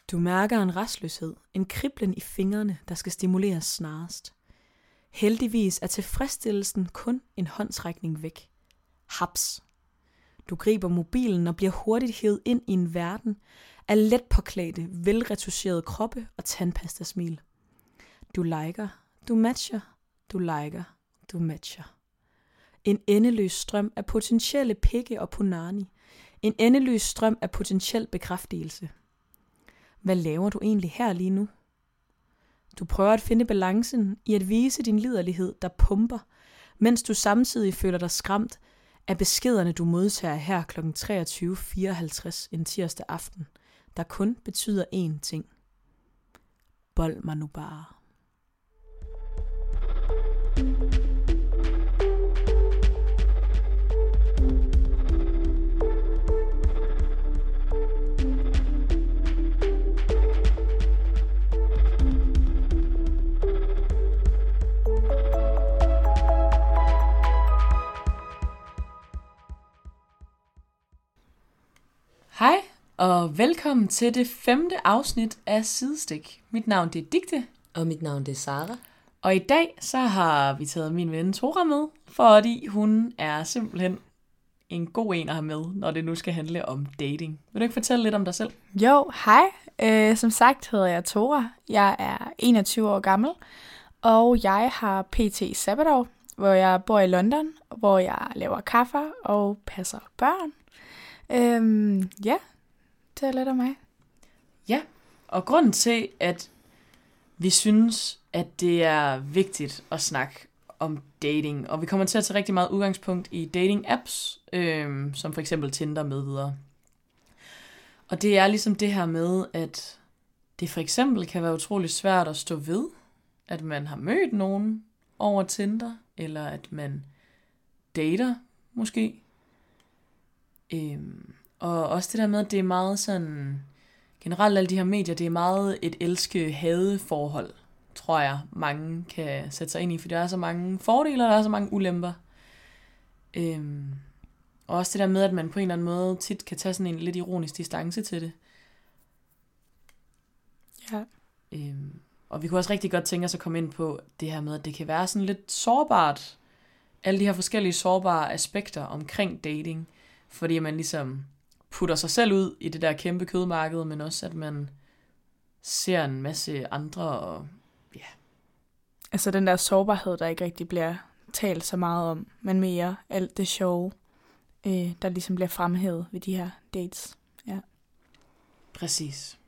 Du mærker en rastløshed, en kriblen i fingrene, der skal stimuleres snarest. Heldigvis er tilfredsstillelsen kun en håndsrækning væk. Haps. Du griber mobilen og bliver hurtigt hævet ind i en verden af let påklædte, velretuscherede kroppe og tandpastasmil. Du liker, du matcher, du liker, du matcher. En endeløs strøm af potentielle pikke og punani. En endeløs strøm af potentiel bekræftelse. Hvad laver du egentlig her lige nu? Du prøver at finde balancen i at vise din liderlighed, der pumper, mens du samtidig føler dig skræmt af beskederne, du modtager her kl. 23.54 en tirsdag aften, der kun betyder én ting. Bold mig nu bare. Hej og velkommen til det 5. afsnit af Sidestik. Mit navn det er Digte. Og mit navn det er Sara. Og i dag så har vi taget min ven Tora med, fordi hun er simpelthen en god en at have med, når det nu skal handle om dating. Vil du ikke fortælle lidt om dig selv? Jo, hej. Som sagt hedder jeg Tora. Jeg er 21 år gammel, og jeg har pt. Sabbatår, hvor jeg bor i London, hvor jeg laver kaffe og passer børn. Ja, det er lidt om mig. Ja, og grunden til, at vi synes, at det er vigtigt at snakke om dating, og vi kommer til at tage rigtig meget udgangspunkt i dating-apps, som for eksempel Tinder med videre. Og det er ligesom det her med, at det for eksempel kan være utrolig svært at stå ved, at man har mødt nogen over Tinder, eller at man dater måske. Og også det der med, at det er meget sådan, generelt alle de her medier, det er meget et elske-hade-forhold, tror jeg, mange kan sætte sig ind i, for der er så mange fordele, og der er så mange ulemper. Og også det der med, at man på en eller anden måde tit kan tage sådan en lidt ironisk distance til det. Ja. Og vi kunne også rigtig godt tænke os at komme ind på det her med, at det kan være sådan lidt sårbart, alle de her forskellige sårbare aspekter omkring dating, fordi man ligesom putter sig selv ud i det der kæmpe kødmarked, men også at man ser en masse andre, og ja. Altså den der sårbarhed, der ikke rigtig bliver talt så meget om, men mere alt det sjove, der ligesom bliver fremhævet ved de her dates. Ja. Præcis.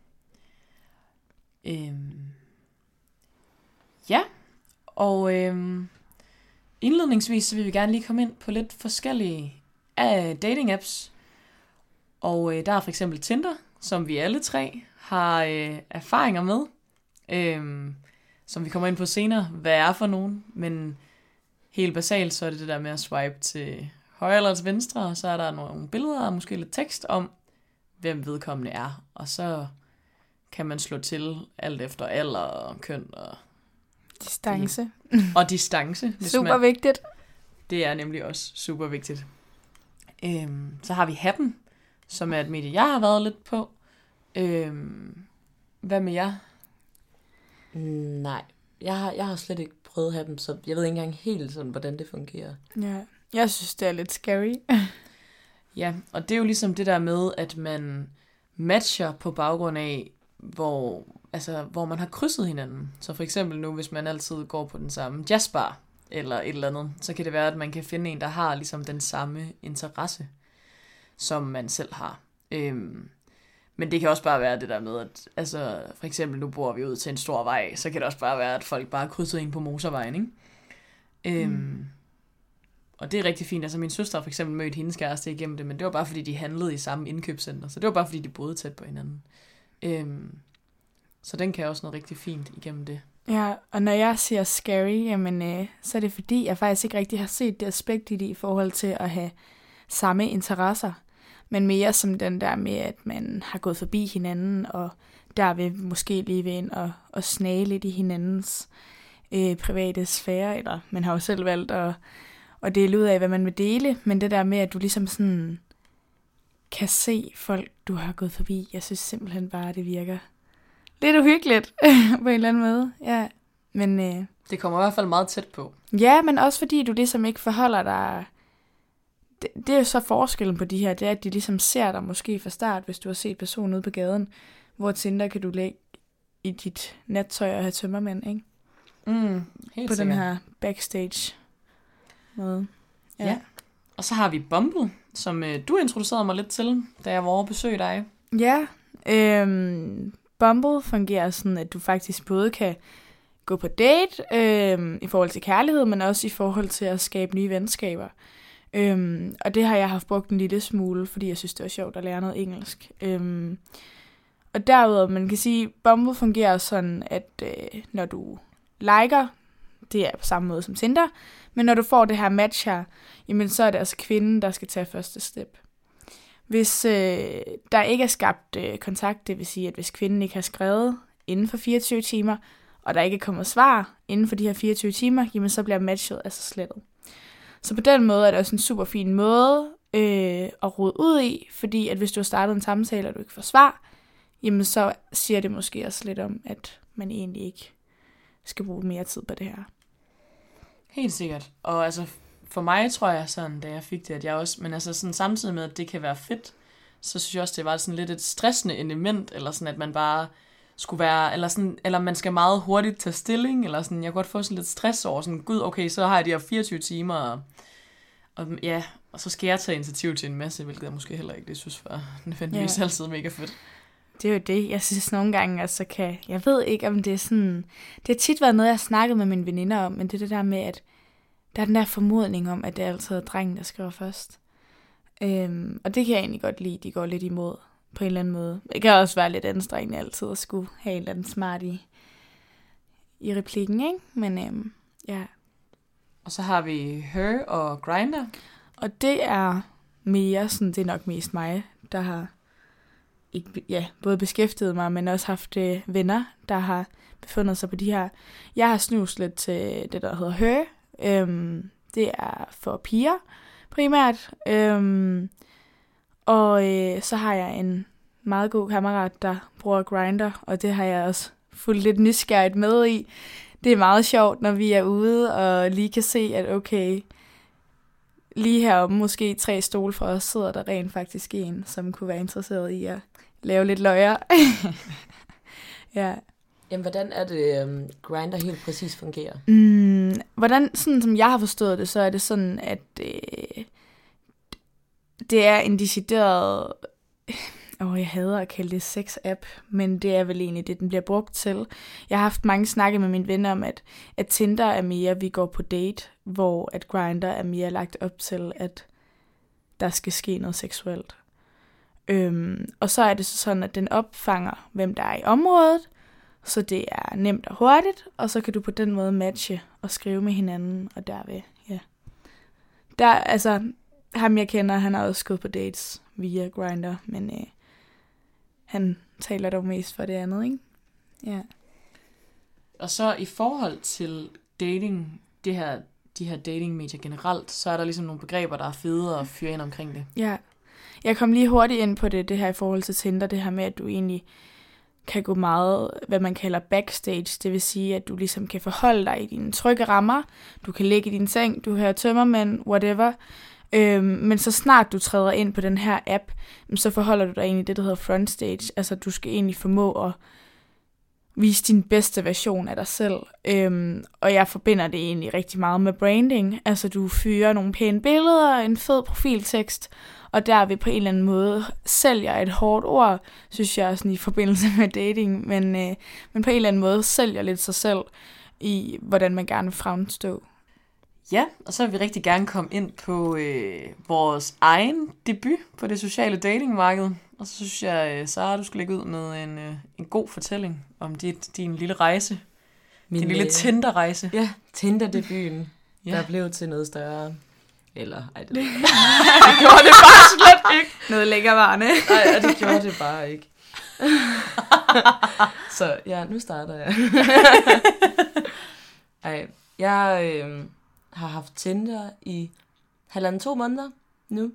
Ja, og indledningsvis så vil vi gerne lige komme ind på lidt forskellige dating apps. Og der er for eksempel Tinder, som vi alle tre har erfaringer med, som vi kommer ind på senere, hvad er for nogen, men helt basalt så er det det der med at swipe til højre eller til venstre, og så er der nogle billeder og måske lidt tekst om, hvem vedkommende er, og så kan man slå til alt efter alder og køn og Distance. Og distance. Super vigtigt. Det er nemlig også super vigtigt. Så har vi Happen, som er et medie, jeg har været lidt på. Hvad med jer? Nej, jeg har slet ikke prøvet Happen, så jeg ved ikke engang helt sådan, hvordan det fungerer. Ja, jeg synes, det er lidt scary. Ja, og det er jo ligesom det der med, at man matcher på baggrund af, hvor man har krydset hinanden. Så for eksempel nu, hvis man altid går på den samme jazzbar, eller et eller andet, så kan det være, at man kan finde en, der har ligesom den samme interesse, som man selv har. Men det kan også bare være det der med, at altså, for eksempel nu bor vi ud til en stor vej, så kan det også bare være, at folk bare krydser ind på motorvejen, ikke? Og det er rigtig fint. Altså min søster har for eksempel mødt hendes kæreste igennem det, men det var bare fordi, de handlede i samme indkøbscenter, så det var bare fordi, de boede tæt på hinanden. Så den kan også noget rigtig fint igennem det. Ja, og når jeg siger scary, jamen, så er det fordi, jeg faktisk ikke rigtig har set det aspekt i det i forhold til at have samme interesser, men mere som den der med, at man har gået forbi hinanden, og der vil måske lige ved ind og snage lidt i hinandens private sfære, eller man har jo selv valgt at dele ud af, hvad man vil dele, men det der med, at du ligesom sådan kan se folk, du har gået forbi, jeg synes simpelthen bare, at det virker lidt uhyggeligt på en eller anden måde. Ja, men... Det kommer i hvert fald meget tæt på. Ja, men også fordi du ligesom ikke forholder dig... Det er jo så forskellen på de her, det er, at de ligesom ser dig måske fra start, hvis du har set personen ude på gaden, hvor Tinder kan du lægge i dit nattøj og have tømmermænd, ikke? Helt på sikkert. den her backstage måde. Ja. Og så har vi Bumble, som du introducerede mig lidt til, da jeg var over at besøge dig. Ja, Bumble fungerer sådan, at du faktisk både kan gå på date i forhold til kærlighed, men også i forhold til at skabe nye venskaber. Og det har jeg haft brugt en lille smule, fordi jeg synes, det var sjovt at lære noget engelsk. Og derudover, man kan sige, Bumble fungerer sådan, at når du liker, det er på samme måde som Tinder, men når du får det her match her, jamen så er det altså kvinden, der skal tage første step. Hvis der ikke er skabt kontakt, det vil sige, at hvis kvinden ikke har skrevet inden for 24 timer, og der ikke er kommet svar inden for de her 24 timer, jamen så bliver matchet altså slettet. Så på den måde er det også en super fin måde at rode ud i, fordi at hvis du har startet en samtale, og du ikke får svar, jamen så siger det måske også lidt om, at man egentlig ikke skal bruge mere tid på det her. Helt sikkert. Og altså, for mig tror jeg sådan, da jeg fik det, at jeg også, men altså sådan samtidig med, at det kan være fedt, så synes jeg også, det var sådan lidt et stressende element, eller sådan, at man bare skulle være, eller man skal meget hurtigt tage stilling, eller sådan, jeg kunne godt få sådan lidt stress over, sådan, gud, okay, så har jeg de her 24 timer, og så skal jeg tage initiativ til en masse, hvilket jeg måske heller ikke, det synes var nødvendigvis altid mega fedt. Det er jo det, jeg synes nogle gange, altså jeg ved ikke, om det er sådan, det har tit været noget, jeg har snakket med mine veninder om, men det er det der med, at der er den der formodning om, at det er altid er drengen, der skriver først. Og det kan jeg egentlig godt lide, de går lidt imod på en eller anden måde. Det kan også være lidt anstrengende altid at skulle have en eller anden smart i replikken, ikke? Men ja. Og så har vi Her og Grindr. Og det er mere sådan, det er nok mest mig, der har ikke, både beskæftiget mig, men også haft venner, der har befundet sig på de her. Jeg har snuset lidt til det, der hedder Her. Det er for piger primært. Og så har jeg en meget god kammerat, der bruger Grindr, og det har jeg også fulgt lidt nysgerrigt med i. Det er meget sjovt, når vi er ude og lige kan se, at okay, lige heroppe, måske 3 stole fra os, sidder der rent faktisk en, som kunne være interesseret i at lave lidt løjer. Ja. Jamen, hvordan er det, Grindr helt præcis fungerer? Hvordan, sådan som jeg har forstået det, så er det sådan, at det er en decideret... jeg hader at kalde det sex-app, men det er vel egentlig det, den bliver brugt til. Jeg har haft mange snakke med mine venner om, at Tinder er mere, vi går på date, hvor at Grindr er mere lagt op til, at der skal ske noget seksuelt. Og så er det sådan, at den opfanger, hvem der er i området, så det er nemt og hurtigt, og så kan du på den måde matche og skrive med hinanden, og derved, ja. Der, altså, ham jeg kender, han har også gået på dates via Grindr, men han taler dog mest for det andet, ikke? Ja. Og så i forhold til dating, de her datingmedier generelt, så er der ligesom nogle begreber, der er fede at fyre ind omkring det. Ja. Jeg kom lige hurtigt ind på det her i forhold til Tinder, det her med, at du egentlig kan gå meget, hvad man kalder backstage, det vil sige, at du ligesom kan forholde dig i dine trygge rammer, du kan ligge i din seng, du hører tømmermænd, whatever, men så snart du træder ind på den her app, så forholder du dig egentlig i det, der hedder frontstage, altså du skal egentlig formå at vise din bedste version af dig selv, og jeg forbinder det egentlig rigtig meget med branding, altså du fyrer nogle pæne billeder, en fed profiltekst, og der vi på en eller anden måde sælger et hårdt ord, synes jeg sådan i forbindelse med dating, men på en eller anden måde sælger lidt sig selv i, hvordan man gerne vil fremstå. Ja, og så vil vi rigtig gerne komme ind på vores egen debut på det sociale datingmarked. Og så synes jeg, Sara, du skal lægge ud med en god fortælling om din lille rejse. Din lille Tinder-rejse. Ja, Tinder-debuten, der blev til noget større. Eller, det gjorde det bare slet ikke. Noget lækkervarende. Nej, det gjorde det bare ikke. Så ja, nu starter jeg. Jeg har haft Tinder i 1,5-2 måneder nu.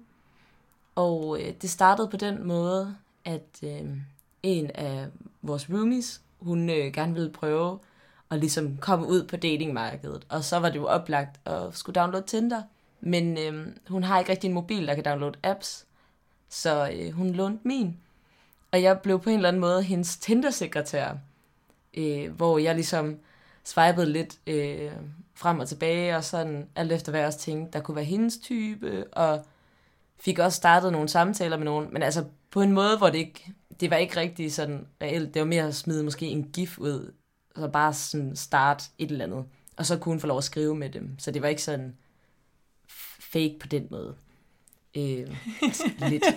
Og det startede på den måde, at en af vores roomies hun gerne ville prøve at ligesom komme ud på datingmarkedet. Og så var det jo oplagt at skulle downloade Tinder. Men hun har ikke rigtig en mobil, der kan downloade apps. Så hun lånte min. Og jeg blev på en eller anden måde hendes Tinder-sekretær. Hvor jeg ligesom swipede lidt frem og tilbage, og sådan alt efter hvad jeg også tænkte, der kunne være hendes type, og fik også startet nogle samtaler med nogen, men altså på en måde, hvor det var ikke rigtig sådan reelt, det var mere at smide måske en gif ud, så bare sådan starte et eller andet, og så kunne hun få lov at skrive med dem, så det var ikke sådan fake på den måde. Lidt.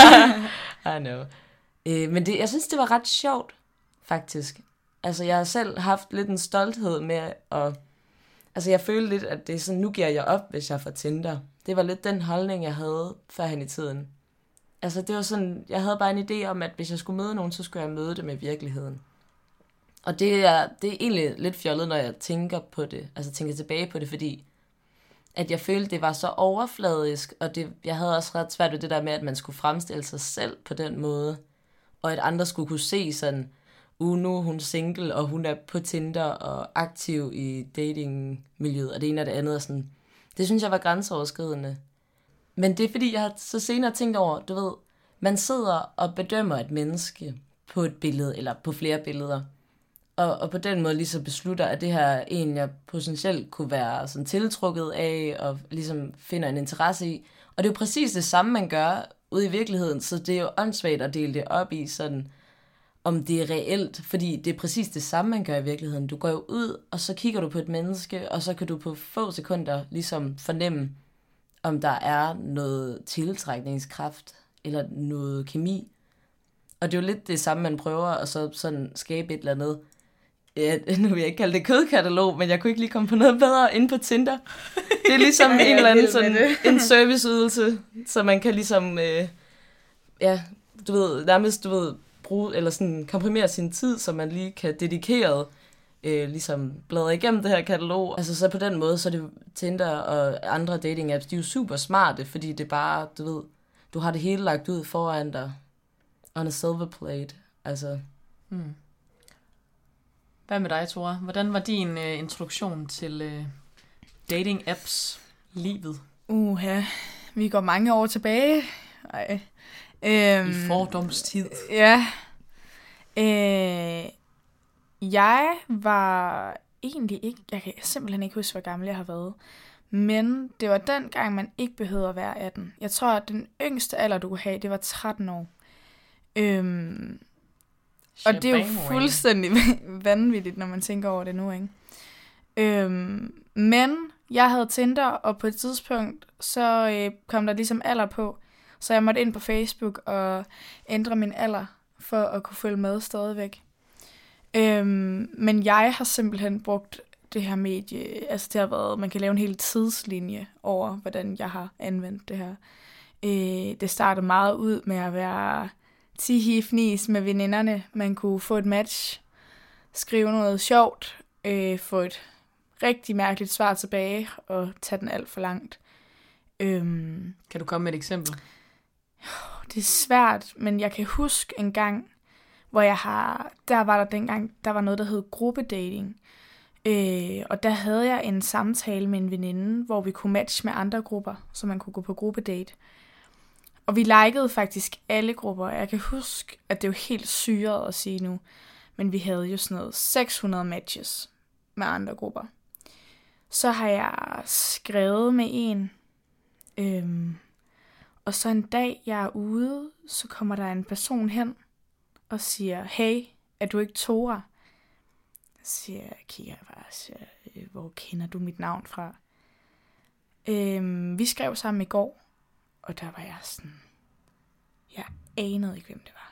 I know. Men jeg synes, det var ret sjovt, faktisk. Altså, jeg har selv haft lidt en stolthed med at... Altså, jeg følte lidt, at det er sådan, nu giver jeg op, hvis jeg får Tinder. Det var lidt den holdning, jeg havde førhen i tiden. Altså, det var sådan, jeg havde bare en idé om, at hvis jeg skulle møde nogen, så skulle jeg møde dem i virkeligheden. Og det er egentlig lidt fjollet, når jeg tænker på det, altså tænker tilbage på det, fordi at jeg følte, det var så overfladisk, og jeg havde også ret svært ved det der med, at man skulle fremstille sig selv på den måde, og at andre skulle kunne se sådan, nu er hun single, og hun er på Tinder og aktiv i datingmiljøet, og det ene og det andet. Og sådan. Det synes jeg var grænseoverskridende. Men det er fordi, jeg har så senere tænkt over, du ved, man sidder og bedømmer et menneske på et billede, eller på flere billeder, og på den måde ligesom beslutter, at det her er en, jeg potentielt kunne være sådan tiltrukket af, og ligesom finder en interesse i. Og det er jo præcis det samme, man gør ude i virkeligheden, så det er jo åndssvagt at dele det op i sådan, om det er reelt, fordi det er præcis det samme, man gør i virkeligheden. Du går jo ud, og så kigger du på et menneske, og så kan du på få sekunder ligesom fornemme, om der er noget tiltrækningskraft, eller noget kemi. Og det er jo lidt det samme, man prøver, at så sådan skabe et eller andet, nu vil jeg ikke kalde det kødkatalog, men jeg kunne ikke lige komme på noget bedre inde på Tinder. Det er ligesom en eller anden sådan en serviceydelse, så man kan ligesom, nærmest bruge, eller sådan komprimere sin tid, så man lige kan dedikeret ligesom bladre igennem det her katalog. Altså så på den måde, så er det Tinder og andre dating apps, de er jo super smarte, fordi det bare, du har det hele lagt ud foran dig on a silver plate. Altså. Hvad med dig, Tora? Hvordan var din introduktion til dating apps livet? Vi går mange år tilbage. I fordomstid. Ja. Jeg var egentlig ikke... Jeg kan simpelthen ikke huske, hvor gammel jeg har været. Men det var den gang, man ikke behøvede at være 18. Jeg tror, at den yngste alder, du kunne have, det var 13 år. Og det er jo fuldstændig vanvittigt, når man tænker over det nu, ikke? Men jeg havde Tinder, og på et tidspunkt, så kom der ligesom alder på. Så jeg måtte ind på Facebook og ændre min alder, for at kunne følge med stadigvæk. Men jeg har simpelthen brugt det her medie, altså det har været, man kan lave en hel tidslinje over, hvordan jeg har anvendt det her. Det startede meget ud med at være tihifnis med veninderne. Man kunne få et match, skrive noget sjovt, få et rigtig mærkeligt svar tilbage, og tage den alt for langt. Kan du komme med et eksempel? Det er svært, men jeg kan huske en gang, hvor der var noget, der hed gruppedating. Og der havde jeg en samtale med en veninde, hvor vi kunne matche med andre grupper, så man kunne gå på gruppedate. Og vi likede faktisk alle grupper. Jeg kan huske, at det er jo helt syret at sige nu, men vi havde jo sådan noget 600 matches med andre grupper. Så har jeg skrevet med en, og så en dag, jeg er ude, så kommer der en person hen og siger, hey, er du ikke Tora? Så kigger jeg bare og siger, hvor kender du mit navn fra? Vi skrev sammen i går, og der var jeg sådan, jeg anede ikke, hvem det var.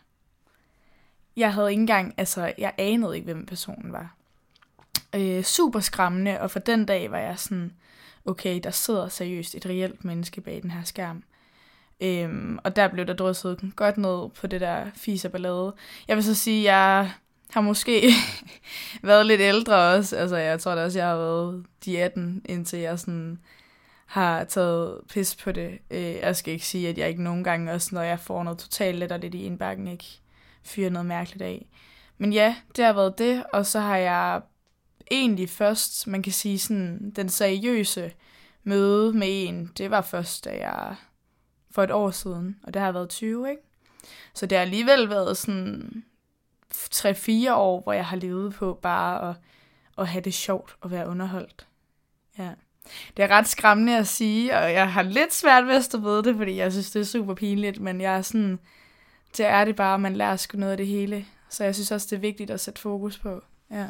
Jeg anede ikke, hvem personen var. Super skræmmende, og for den dag var jeg sådan, okay, der sidder seriøst et reelt menneske bag den her skærm. Og der blev der drysset godt ned på det der fis og ballade. Jeg vil så sige, jeg har måske været lidt ældre også. Altså, jeg tror da også, jeg har været de 18, indtil jeg sådan har taget pis på det. Jeg skal ikke sige, at jeg ikke nogen gange også, når jeg får noget totalt letterligt i indbakken, ikke fyrer noget mærkeligt af. Men ja, det har været det, og så har jeg egentlig først, man kan sige sådan, den seriøse møde med en, det var først, da jeg for et år siden, og det har været 20, ikke? Så det har alligevel været sådan 3-4 år, hvor jeg har levet på bare at have det sjovt og være underholdt. Ja. Det er ret skræmmende at sige, og jeg har lidt svært ved at stå ved det, fordi jeg synes, det er super pinligt, men jeg er sådan, det er det bare, man lærer sgu noget af det hele. Så jeg synes også, det er vigtigt at sætte fokus på. Ja.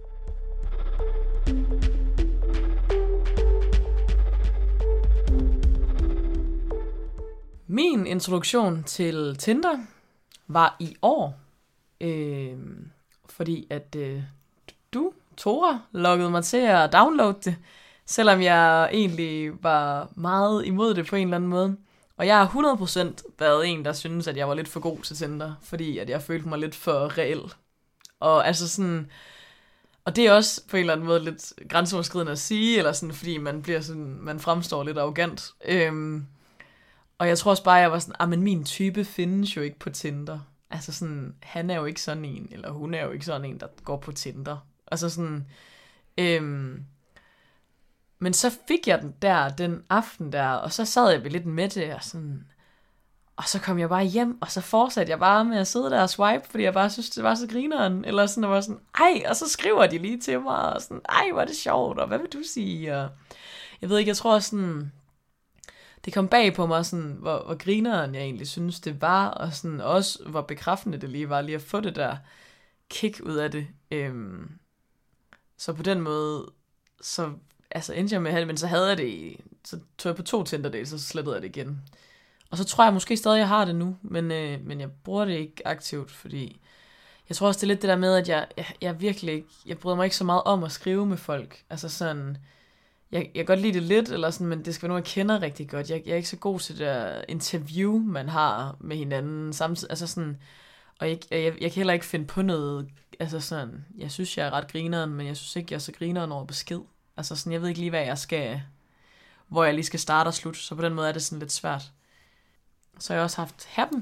Min introduktion til Tinder var i år, fordi at du, Tora, loggede mig til at downloade det, selvom jeg egentlig var meget imod det på en eller anden måde. Og jeg har 100% været en, der synes, at jeg var lidt for god til Tinder, fordi at jeg følte mig lidt for reel. Og altså sådan, og det er også på en eller anden måde lidt grænseoverskridende at sige, eller sådan, fordi man bliver sådan, man fremstår lidt arrogant. Og jeg tror også bare, jeg var sådan, men min type findes jo ikke på Tinder. Altså sådan, han er jo ikke sådan en, eller hun er jo ikke sådan en, der går på Tinder. Altså sådan, men så fik jeg den aften der, og så sad jeg lidt med det, og så kom jeg bare hjem, og så fortsatte jeg bare med at sidde der og swipe, fordi jeg bare synes, det var så grineren, eller sådan, og var sådan, og så skriver de lige til mig, og sådan, hvor er det sjovt, og hvad vil du sige, og jeg ved ikke, jeg tror sådan, det kom bag på mig, sådan, hvor grineren jeg egentlig synes, det var, og sådan også, hvor bekræftende det lige var, lige at få det der kick ud af det. Så på den måde, så endte jeg med at men så havde jeg det, så tog jeg på 2 Tinder-dates, så slettede jeg det igen. Og så tror jeg måske stadig, jeg har det nu, men jeg bruger det ikke aktivt, fordi jeg tror også, det er lidt det der med, at jeg virkelig ikke, jeg bryder mig ikke så meget om at skrive med folk. Altså sådan, jeg kan godt lide det lidt, eller sådan, men det skal være noget, jeg kender rigtig godt. Jeg er ikke så god til det der interview, man har med hinanden samtidig. Altså sådan, og jeg kan heller ikke finde på noget, altså sådan, jeg synes, jeg er ret grineren, men jeg synes ikke, jeg er så grineren over besked. Altså sådan, jeg ved ikke lige, hvad jeg skal, hvor jeg lige skal starte og slutte, så på den måde er det sådan lidt svært. Så har jeg også haft Happen,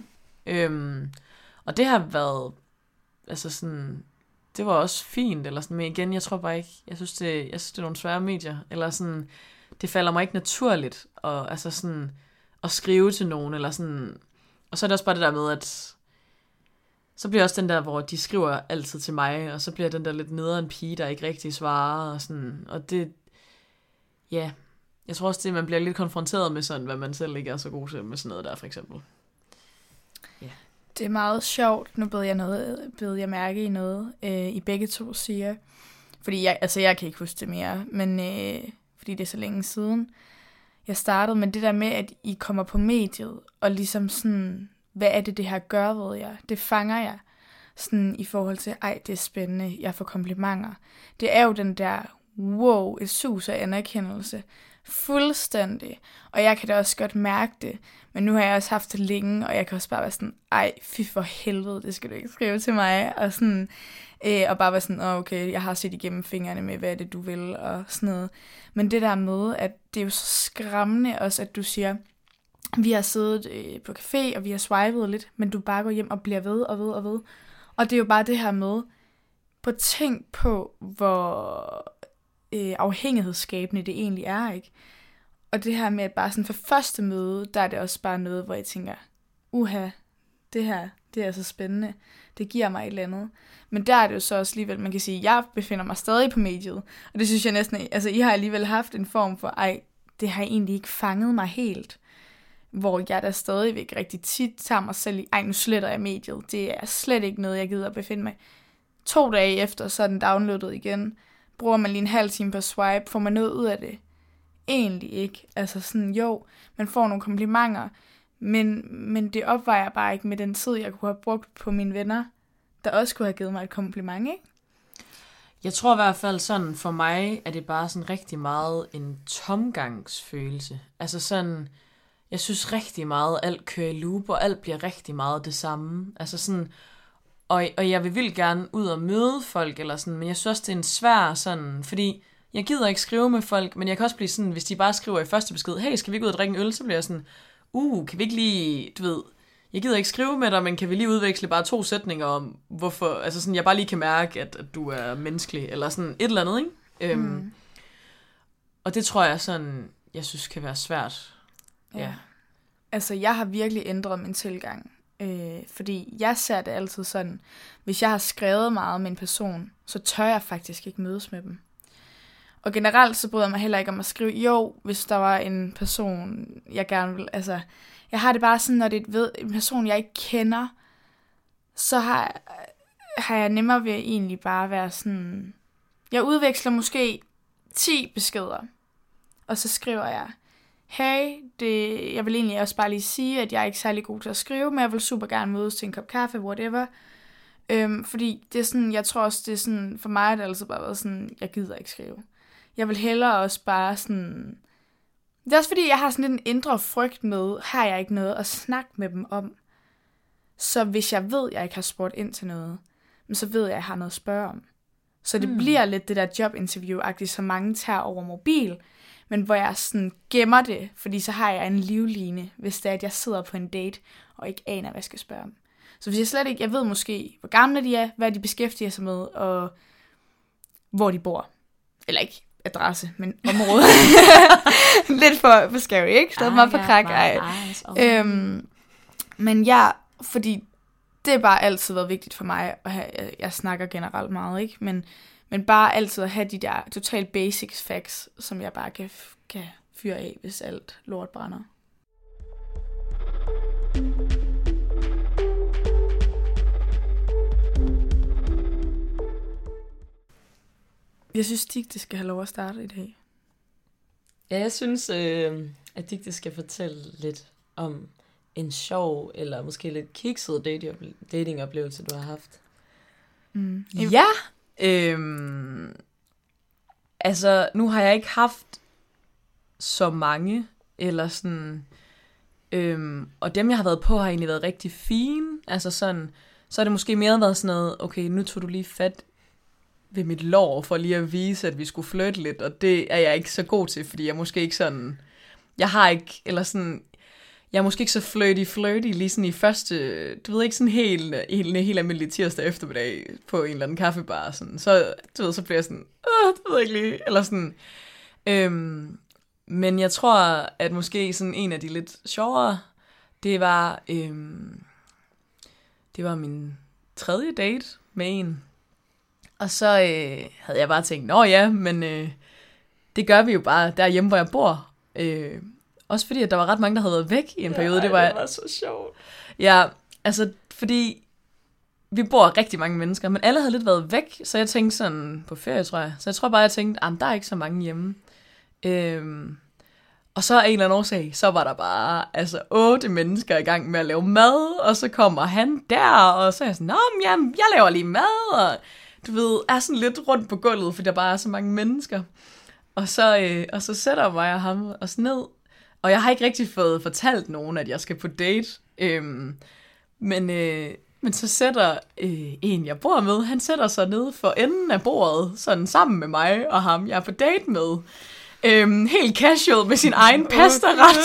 og det har været, altså sådan, det var også fint, eller sådan, men igen, jeg tror bare ikke, jeg synes, det er nogle svære medier, eller sådan, det falder mig ikke naturligt, og altså sådan, at skrive til nogen, eller sådan, og så er det også bare det der med, at så bliver også den der, hvor de skriver altid til mig, og så bliver den der lidt nederen pige, der ikke rigtig svarer, og sådan, og det, ja, jeg tror også, det man bliver lidt konfronteret med sådan, hvad man selv ikke er så god til med sådan noget der, for eksempel. Ja. Det er meget sjovt, nu bed jeg mærke i noget, I begge to siger, fordi jeg kan ikke huske det mere, men fordi det er så længe siden, jeg startede, men det der med, at I kommer på mediet, og ligesom sådan, hvad er det her gør, ved jeg? Det fanger jeg. Sådan i forhold til, det er spændende, jeg får komplimenter. Det er jo den der, wow, et sus af anerkendelse. Fuldstændig. Og jeg kan da også godt mærke det. Men nu har jeg også haft det længe, og jeg kan også bare være sådan, fy for helvede, det skal du ikke skrive til mig. Og sådan, og bare være sådan, okay, jeg har set igennem fingrene med, hvad er det, du vil, og sådan noget. Men det der med, at det er jo så skræmmende også, at du siger, vi har siddet på café, og vi har swipet lidt, men du bare går hjem og bliver ved og ved og ved. Og det er jo bare det her med, på tænk på, hvor afhængighedsskabende det egentlig er, ikke? Og det her med, at bare sådan for første møde, der er det også bare noget, hvor jeg tænker, det her, det er så spændende. Det giver mig et eller andet. Men der er det jo så også alligevel, man kan sige, jeg befinder mig stadig på mediet. Og det synes jeg næsten, altså I har alligevel haft en form for, det har egentlig ikke fanget mig helt. Hvor jeg da stadigvæk rigtig tit tager mig selv i, nu sletter jeg mediet. Det er slet ikke noget, jeg gider at befinde mig. 2 dage efter, så er den downloadet igen. Bruger man lige en halv time på swipe, får man noget ud af det? Egentlig ikke. Altså sådan, jo, man får nogle komplimenter, men det opvejer bare ikke med den tid, jeg kunne have brugt på mine venner, der også kunne have givet mig et kompliment, ikke? Jeg tror i hvert fald sådan, for mig er det bare sådan rigtig meget en tomgangsfølelse. Altså sådan, jeg synes rigtig meget, alt kører i loop, og alt bliver rigtig meget det samme. Altså sådan, og jeg vil vildt gerne ud og møde folk, eller sådan, men jeg synes også, det er en svær sådan, fordi jeg gider ikke skrive med folk, men jeg kan også blive sådan, hvis de bare skriver i første besked, hey, skal vi gå ud og drikke en øl, så bliver jeg sådan, kan vi ikke lige, du ved, jeg gider ikke skrive med dig, men kan vi lige udveksle bare 2 sætninger om, hvorfor, altså sådan, jeg bare lige kan mærke, at du er menneskelig, eller sådan et eller andet, ikke? Og det tror jeg sådan, jeg synes kan være svært. Ja. Altså, jeg har virkelig ændret min tilgang. Fordi jeg ser det altid sådan, hvis jeg har skrevet meget med en person, så tør jeg faktisk ikke mødes med dem. Og generelt så bryder jeg mig heller ikke om at skrive, jo, hvis der var en person, jeg gerne vil, altså, jeg har det bare sådan, når det er en person, jeg ikke kender, så har jeg nemmere ved at egentlig bare være sådan, jeg udveksler måske 10 beskeder, og så skriver jeg, hey, jeg vil egentlig også bare lige sige, at jeg er ikke særlig god til at skrive, men jeg vil super gerne mødes til en kop kaffe, whatever. Fordi det er sådan, jeg tror også, det er sådan, for mig har det altid bare været sådan, jeg gider ikke skrive. Jeg vil hellere også bare sådan, det er også fordi, jeg har sådan lidt en indre frygt med, har jeg ikke noget at snakke med dem om. Så hvis jeg ved, at jeg ikke har spurgt ind til noget, så ved jeg, at jeg har noget at spørge om. Så det bliver lidt det der jobinterview-agtigt, som mange tager over mobil, men hvor jeg sådan gemmer det, fordi så har jeg en livline, hvis det er, at jeg sidder på en date, og ikke aner, hvad jeg skal spørge om. Så hvis jeg slet ikke, jeg ved måske, hvor gamle de er, hvad de beskæftiger sig med, og hvor de bor. Eller ikke adresse, men område. Lidt for scary, ikke? Stadig meget for krak. Men ja, fordi det har bare altid været vigtigt for mig, og jeg snakker generelt meget, ikke? Men bare altid at have de der total basics facts, som jeg bare kan fyre af, hvis alt lort brænder. Jeg synes, Digte skal have lov at starte i dag. Ja, jeg synes, at Digte skal fortælle lidt om en sjov, eller måske lidt kikset datingoplevelse, du har haft. Ja, altså nu har jeg ikke haft så mange, eller sådan, og dem jeg har været på har egentlig været rigtig fine, altså sådan, så har det måske mere været sådan noget, okay, nu tog du lige fat ved mit lår, for lige at vise, at vi skulle flytte lidt, og det er jeg ikke så god til, fordi jeg måske ikke sådan, jeg har ikke, eller sådan, jeg er måske ikke så flirty, lige sådan i første, du ved ikke sådan helt almindelig tirsdag eftermiddag på en eller anden kaffebar, sådan, så, du ved, så bliver jeg sådan, det ved jeg ikke lige, eller sådan, men jeg tror, at måske sådan en af de lidt sjovere, det var min 3. date med en, og så havde jeg bare tænkt, nå ja, men det gør vi jo bare derhjemme, hvor jeg bor. Også fordi, at der var ret mange, der havde været væk i en periode. Det var så sjovt. Ja, altså fordi vi bor rigtig mange mennesker, men alle havde lidt været væk, så jeg tænkte sådan på ferie, tror jeg. Så jeg tror bare, jeg tænkte, der er ikke så mange hjemme. Og så af en eller anden årsag, så var der bare 8 mennesker i gang med at lave mad, og så kommer han der, og så er jeg sådan, jamen, jeg laver lige mad, og du ved, er sådan lidt rundt på gulvet, fordi der bare er så mange mennesker. Og så sætter mig og ham os ned, og jeg har ikke rigtig fået fortalt nogen, at jeg skal på date, men så sætter en, jeg bor med, han sætter sig ned for enden af bordet, sådan sammen med mig og ham, jeg er på date med. Helt casual med sin egen pastaret.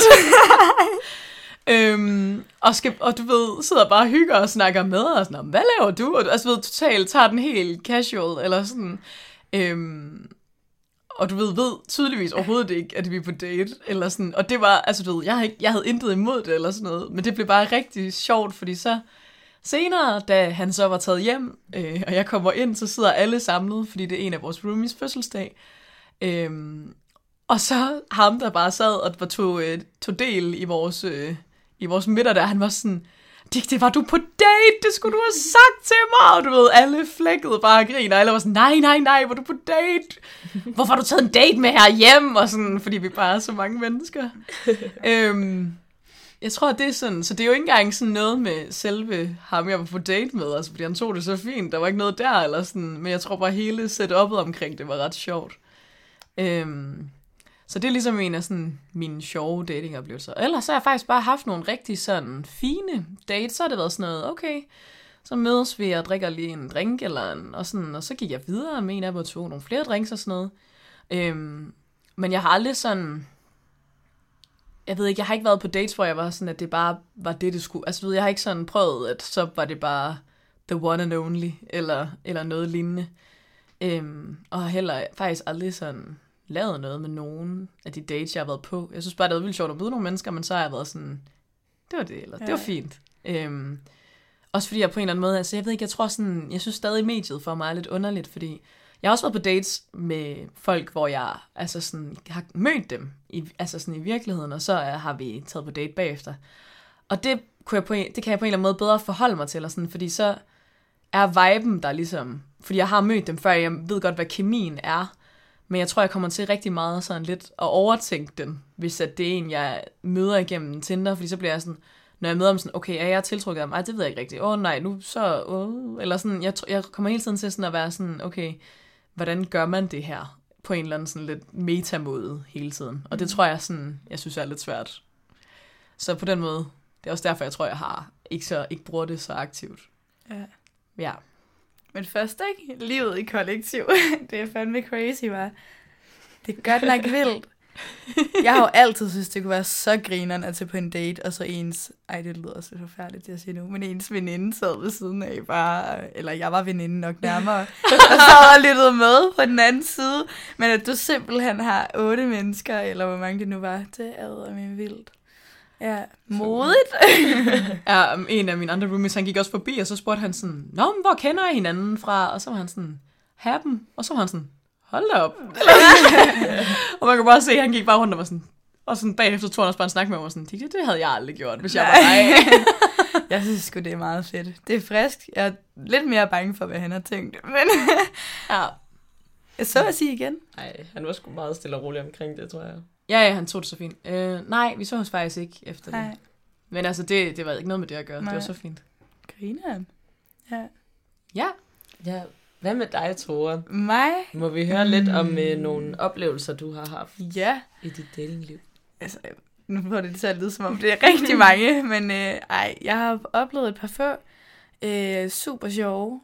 Og du ved, sidder bare og hygger og snakker med og sådan, hvad laver du? Og du ved, totalt tager den helt casual, eller sådan. Og du ved tydeligvis overhovedet ikke, at vi er på date, eller sådan. Og det var, du ved, jeg havde intet imod det, eller sådan noget. Men det blev bare rigtig sjovt, fordi så senere, da han så var taget hjem, og jeg kommer ind, så sidder alle samlet, fordi det er en af vores roomies fødselsdag. Og så ham, der bare sad og tog del i vores middag der, han var sådan, Digte, var du på date? Det skulle du have sagt til mig. Og du ved, alle flækkede bare og griner, og alle var sådan, nej, var du på date? Hvorfor har du taget en date med herhjemme? Og sådan, fordi vi bare er så mange mennesker. Jeg tror, det er sådan, så det er jo ikke engang sådan noget med selve ham, jeg var på date med, altså fordi han tog det så fint, der var ikke noget der, eller sådan, men jeg tror bare hele setup'et omkring det var ret sjovt. Så det er ligesom en af sådan mine sjove datingoplevelser. Ellers så har jeg faktisk bare haft nogle rigtig sådan fine dates. Så har det været sådan noget, okay, så mødes vi og drikker lige en drink, og så gik jeg videre med en af dem og tog nogle flere drinks og sådan noget. Men jeg har aldrig sådan jeg ved ikke, jeg har ikke været på dates, hvor jeg var sådan, at det bare var det skulle. Altså, ved, jeg har ikke sådan prøvet, at så var det bare the one and only, eller noget lignende. Og har heller faktisk aldrig sådan lavet noget med nogen af de dates, jeg har været på. Jeg synes bare, det var vildt sjovt at møde nogle mennesker, men så har jeg været sådan, det var det, eller det var fint. Også fordi jeg på en eller anden måde, altså jeg ved ikke, jeg tror sådan, jeg synes stadig mediet for mig er lidt underligt, fordi jeg har også været på dates med folk, hvor jeg altså sådan, har mødt dem altså sådan i virkeligheden, og så har vi taget på date bagefter. Og det kan jeg på en eller anden måde bedre forholde mig til, eller sådan, fordi så er viben der ligesom, fordi jeg har mødt dem før, jeg ved godt, hvad kemien er, men jeg tror, jeg kommer til rigtig meget sådan lidt at overtænke den, hvis at det er en, jeg møder igennem Tinder, fordi så bliver jeg sådan, når jeg møder dem sådan, okay, er jeg tiltrukket af dem? Ej, det ved jeg ikke rigtigt. Nej, nu så, eller sådan, jeg kommer hele tiden til sådan at være sådan, okay, hvordan gør man det her? På en eller anden sådan lidt metamåde hele tiden. Og det tror jeg sådan, jeg synes er lidt svært. Så på den måde, det er også derfor, jeg tror, jeg ikke bruger det så aktivt. Ja. Men først ikke, livet i kollektiv. Det er fandme crazy, var. Det er godt nok vildt. Jeg har jo altid synes det kunne være så grineren at tage på en date, og så ens, det lyder så forfærdeligt det at sige nu, men ens veninde sad ved siden af bare, eller jeg var veninde nok nærmere, og så og lyttede med på den anden side, men at du simpelthen har 8 mennesker, eller hvor mange det nu var, det er min vildt. Ja, modigt. Ja, en af mine andre roomies, han gik også forbi, og så spurgte han sådan, nå, men hvor kender I hinanden fra? Og så var han sådan, Happen, og så var han sådan, hold da op. Og man kan bare se, at han gik bare rundt og var sådan, og sådan bagefter tog han også bare en snak med mig, og sådan, det havde jeg aldrig gjort, hvis jeg var dig. Jeg synes sgu, det er meget fedt. Det er frisk. Jeg er lidt mere bange for, hvad han har tænkt. Men ja. Så at sige igen. Nej, han var sgu meget stille og rolig omkring det, tror jeg. Ja, han tog det så fint. Nej, vi så os faktisk ikke efter det. Nej. Men altså, det var ikke noget med det at gøre. Nej. Det var så fint. Griner. Ja. Ja. Hvad med dig, Tore? Mig? Må vi høre lidt om nogle oplevelser, du har haft i dit datingliv? Altså, nu får det til at lyde, som om det er rigtig mange, men jeg har oplevet et par før. Super sjove.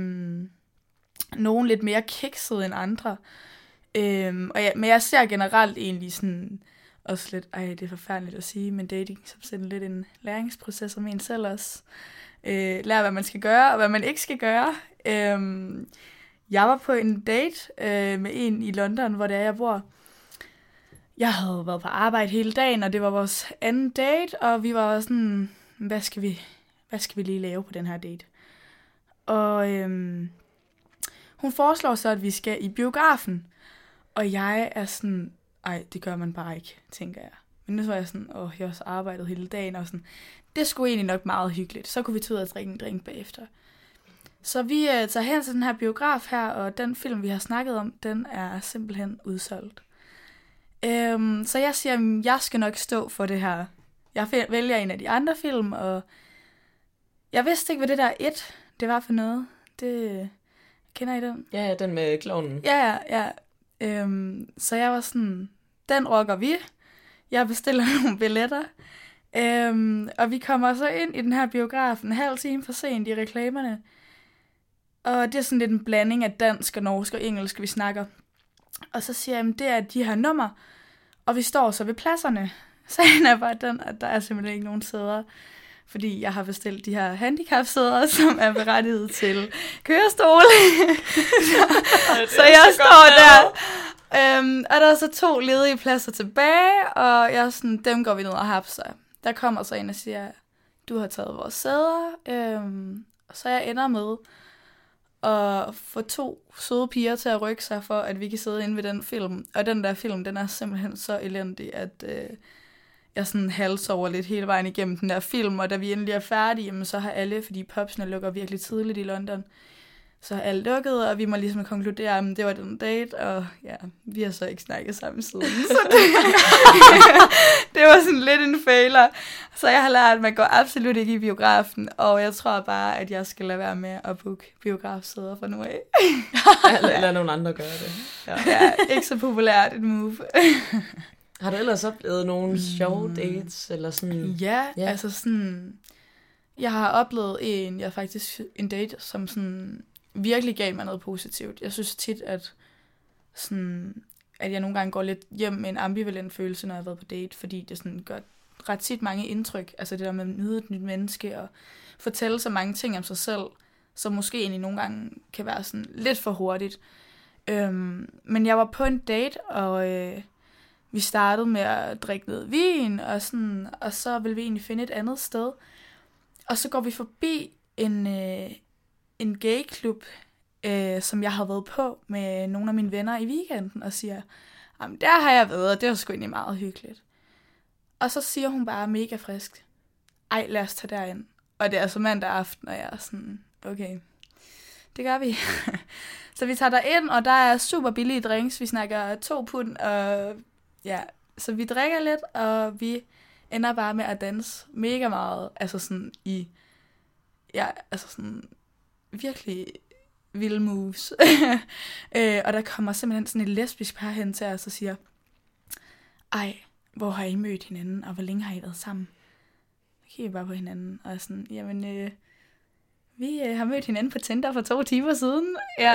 Nogle lidt mere kiksede end andre. Men jeg ser generelt egentlig sådan, også lidt, det er forfærdeligt at sige, men dating som sådan lidt en læringsproces om en selv også. Lære, hvad man skal gøre, og hvad man ikke skal gøre. Jeg var på en date med en i London, hvor det er, jeg bor. Jeg havde været på arbejde hele dagen, og det var vores anden date, og vi var sådan, hvad skal vi lige lave på den her date? Og hun foreslår så, at vi skal i biografen, og jeg er sådan, det gør man bare ikke, tænker jeg. Men nu så var jeg sådan, jeg har også arbejdet hele dagen, og sådan, det skulle egentlig nok meget hyggeligt. Så kunne vi tage ud og drikke en drink bagefter. Så vi tager hen til den her biograf her, og den film, vi har snakket om, den er simpelthen udsolgt. Så jeg siger, jeg skal nok stå for det her. Jeg vælger en af de andre film, og jeg vidste ikke, hvad det der det var for noget. Det kender I den? Ja, den med klovnen. Ja. Så jeg var sådan, den rocker vi. Jeg bestiller nogle billetter. Og vi kommer så ind i den her biograf en halv time for sent i reklamerne. Og det er sådan lidt en blanding af dansk og norsk og engelsk, vi snakker. Og så siger jeg, det er de her nummer, og vi står så ved pladserne. Sagen er bare den, at der er simpelthen ikke nogen sæder, fordi jeg har bestilt de her handicapsæder, som er berettiget til kørestol. så jeg står der. Og der er så 2 ledige pladser tilbage, og jeg er sådan, dem går vi ned og hapser. Der kommer så en og siger, du har taget vores sæder, og så jeg ender med at få 2 søde piger til at rykke sig for, at vi kan sidde inde ved den film. Og den der film, den er simpelthen så elendig, at jeg sådan halsover lidt hele vejen igennem den der film, og da vi endelig er færdige, jamen, så har alle, fordi pubsene lukker virkelig tidligt i London, så har alle lukket, og vi må ligesom konkludere, at det var den date, og ja, vi har så ikke snakket sammen siden. Så det var sådan lidt en fejler. Så jeg har lært, at man går absolut ikke i biografen, og jeg tror bare, at jeg skal lade være med at booke biografsæder fra nu af. Lad nogle andre gøre det. Ja, ikke så populært et move. Har du ellers oplevet nogle sjove dates, eller sådan? Ja, altså sådan, jeg har oplevet en date, som sådan virkelig gav mig noget positivt. Jeg synes tit, at sådan, at jeg nogle gange går lidt hjem med en ambivalent følelse, når jeg har været på date, fordi det sådan gør ret tit mange indtryk. Altså det der med at møde et nyt menneske og fortælle så mange ting om sig selv, som måske egentlig nogle gange kan være sådan lidt for hurtigt. Men jeg var på en date, og vi startede med at drikke noget vin, og så ville vi egentlig finde et andet sted. Og så går vi forbi en gayklub, som jeg har været på med nogle af mine venner i weekenden, og siger, jamen der har jeg været, og det var sgu egentlig meget hyggeligt. Og så siger hun bare mega frisk, ej, lad os tage derind. Og det er altså mandag aften, og jeg er sådan, okay, det gør vi. Så vi tager derind, og der er super billige drinks. Vi snakker 2 pund, og ja, så vi drikker lidt, og vi ender bare med at danse mega meget. Altså sådan virkelig vilde moves. Og der kommer simpelthen sådan et lesbisk par hen til os og siger, ej, hvor har I mødt hinanden, og hvor længe har I været sammen? Så kigger vi bare på hinanden, og sådan, jamen, vi har mødt hinanden på Tinder for 2 timer siden. Ja.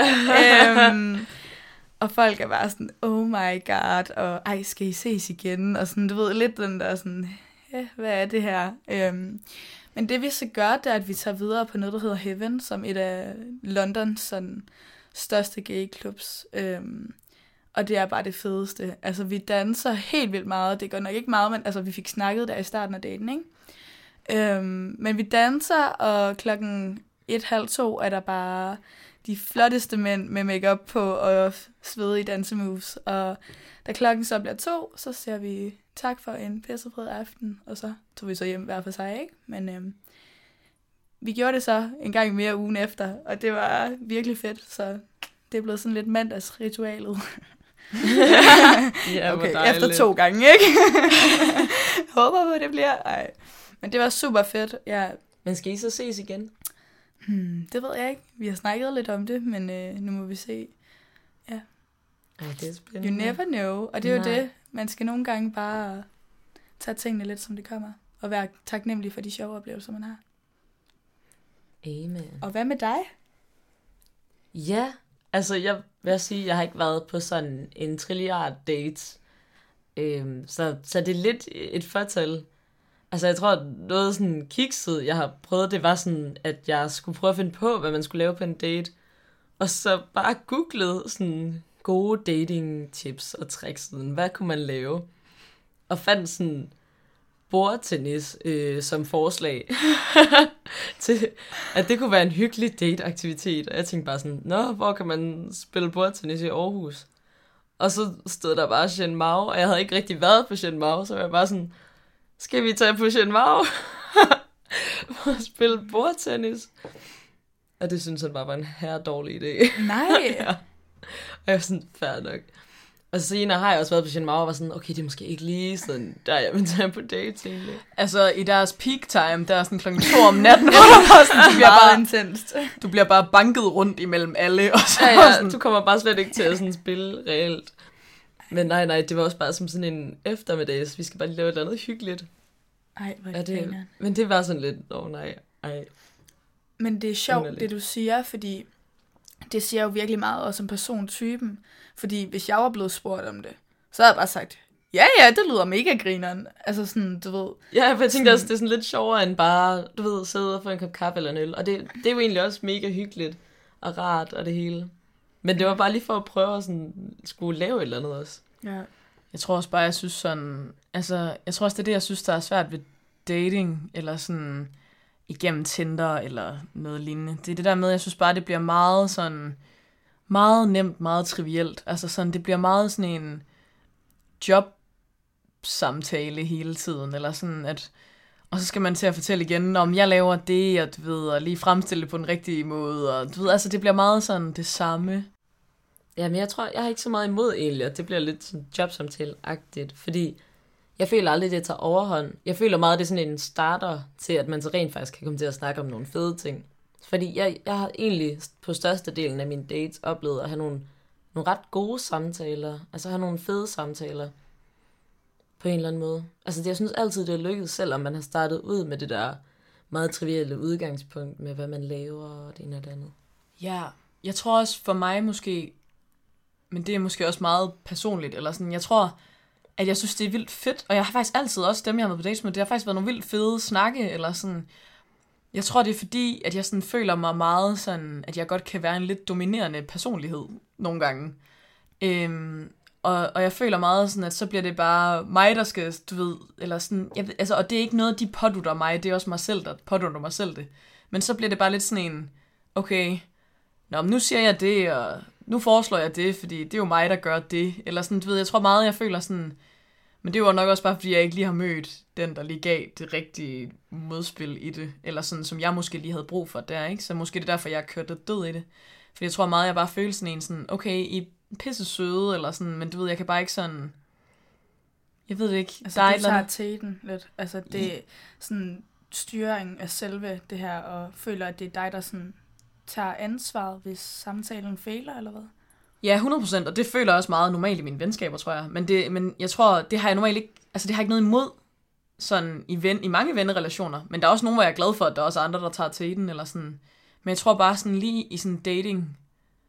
Og folk er bare sådan, oh my god, og ej, skal I ses igen? Og sådan, du ved, lidt den der sådan, ja, hvad er det her? Men det vi så gør, det er, at vi tager videre på noget, der hedder Heaven, som et af Londons sådan, største gayklubs. Og det er bare det fedeste. Altså, vi danser helt vildt meget. Det går nok ikke meget, men altså, vi fik snakket der i starten af daten, ikke? Men vi danser, og 1:30 er der bare de flotteste mænd med makeup på og svedige dansemoves. Og da klokken så bliver 2, så siger vi tak for en pissefed aften, og så tog vi så hjem hver for sig, ikke? Men vi gjorde det så en gang mere ugen efter, og det var virkelig fedt, så det er blevet sådan lidt mandagsritualet. Ja, okay, efter 2 gange, ikke? Håber på, det bliver. Ej. Men det var super fedt. Ja. Men skal I så ses igen? Det ved jeg ikke. Vi har snakket lidt om det, men nu må vi se. Ja. Ej, det er spændende. You never know. Og det er jo det. Man skal nogle gange bare tage tingene lidt, som det kommer. Og være taknemmelig for de sjove oplevelser, man har. Amen. Og hvad med dig? Ja, altså jeg vil sige, jeg har ikke været på sådan en trilliard dates. Så det er lidt et fortal. Altså jeg tror, at noget sådan kikset, jeg har prøvet, det var sådan, at jeg skulle prøve at finde på, hvad man skulle lave på en date. Og så bare googlede sådan gode dating tips og tricks. Sådan, hvad kunne man lave? Og fandt sådan bordtennis som forslag til, at det kunne være en hyggelig dateaktivitet. Og jeg tænkte bare sådan, hvor kan man spille bordtennis i Aarhus? Og så stod der bare Shen Mao, og jeg havde ikke rigtig været på Shen Mao, så jeg var bare sådan, skal vi tage på Shen Mao og spille bordtennis? Og det synes han bare var en dårlig idé. Nej. Ja. Og jeg var sådan, fair nok. Og så senere har jeg også været på Shen Mao og var sådan, okay, det er måske ikke lige sådan, der jeg vil tage på date egentlig. Altså i deres peak time, der er sådan 2:00 om natten, hvor sådan, Du bliver bare intenst. Du bliver bare banket rundt imellem alle. Og så ja, du kommer bare slet ikke til at sådan spille reelt. Men nej, det var også bare som sådan en eftermiddags. Vi skal bare lige lave et eller andet hyggeligt. Ej, hvor er det. Men det var sådan lidt, nej. Men det er sjovt, underligt. det du siger, fordi det siger jo virkelig meget også om persontypen. Fordi hvis jeg var blevet spurgt om det, så havde jeg bare sagt, ja, det lyder mega grineren. Altså sådan, du ved. Ja, for jeg tænkte også, det er sådan lidt sjovere end bare, du ved, sidde og få en kop kaffe eller en øl. Og det er jo egentlig også mega hyggeligt og rart og det hele. Men det var bare lige for at prøve at sådan, skulle lave et eller andet også. Ja. Jeg tror også bare, jeg synes sådan, altså, jeg tror også, det er det, jeg synes, der er svært ved dating, eller sådan igennem Tinder, eller noget lignende. Det er det der med, jeg synes bare, det bliver meget sådan, meget nemt, meget trivielt. Altså sådan, det bliver meget sådan en jobsamtale hele tiden, eller sådan at, og så skal man til at fortælle igen, om jeg laver det, og du ved, og lige fremstille det på den rigtige måde, og du ved, altså det bliver meget sådan det samme. Ja, men jeg tror, jeg har ikke så meget imod egentlig, at det bliver lidt sådan jobsamtale-agtigt, fordi jeg føler aldrig, det tager overhånd. Jeg føler meget, det er sådan en starter til, at man så rent faktisk kan komme til at snakke om nogle fede ting. Fordi jeg har egentlig på størstedelen af mine dates oplevet at have nogle ret gode samtaler, altså have nogle fede samtaler på en eller anden måde. Altså jeg synes altid, det er lykkedes, selvom man har startet ud med det der meget trivielle udgangspunkt med, hvad man laver og det ene og det andet. Ja, jeg tror også for mig måske, men det er måske også meget personligt, eller sådan, jeg tror, at jeg synes, det er vildt fedt, og jeg har faktisk altid også dem, jeg har været på dates med, det har faktisk været nogle vildt fede snakke, eller sådan, jeg tror, det er fordi, at jeg sådan føler mig meget sådan, at jeg godt kan være en lidt dominerende personlighed nogle gange. Og jeg føler meget sådan, at så bliver det bare mig, der skal, du ved, eller sådan, og det er ikke noget, de pådutter mig, det er også mig selv, der pådutter mig selv det. Men så bliver det bare lidt sådan en, okay, nå, men nu siger jeg det, og nu foreslår jeg det, fordi det er jo mig, der gør det. Eller sådan, du ved, jeg tror meget, jeg føler sådan, men det var nok også bare, fordi jeg ikke lige har mødt den, der lige gav det rigtige modspil i det. Eller sådan, som jeg måske lige havde brug for der, ikke? Så måske det er derfor, jeg har kørt lidt død i det. Fordi jeg tror meget, jeg bare føler sådan en sådan, okay, I pisse søde, eller sådan, men du ved, jeg kan bare ikke sådan, jeg ved det ikke. Altså, du tager teten lidt. Altså, det er sådan styring af selve det her, og føler, at det er dig, der sådan tager ansvaret, hvis samtalen fejler, eller hvad? Ja, 100%, og det føler jeg også meget normalt i mine venskaber, tror jeg. Men jeg tror, det har jeg normalt ikke, altså det har jeg ikke noget imod, sådan i mange vennerelationer. Men der er også nogen, hvor jeg er glad for, at der er også andre, der tager teten, eller sådan. Men jeg tror bare sådan lige i sådan dating,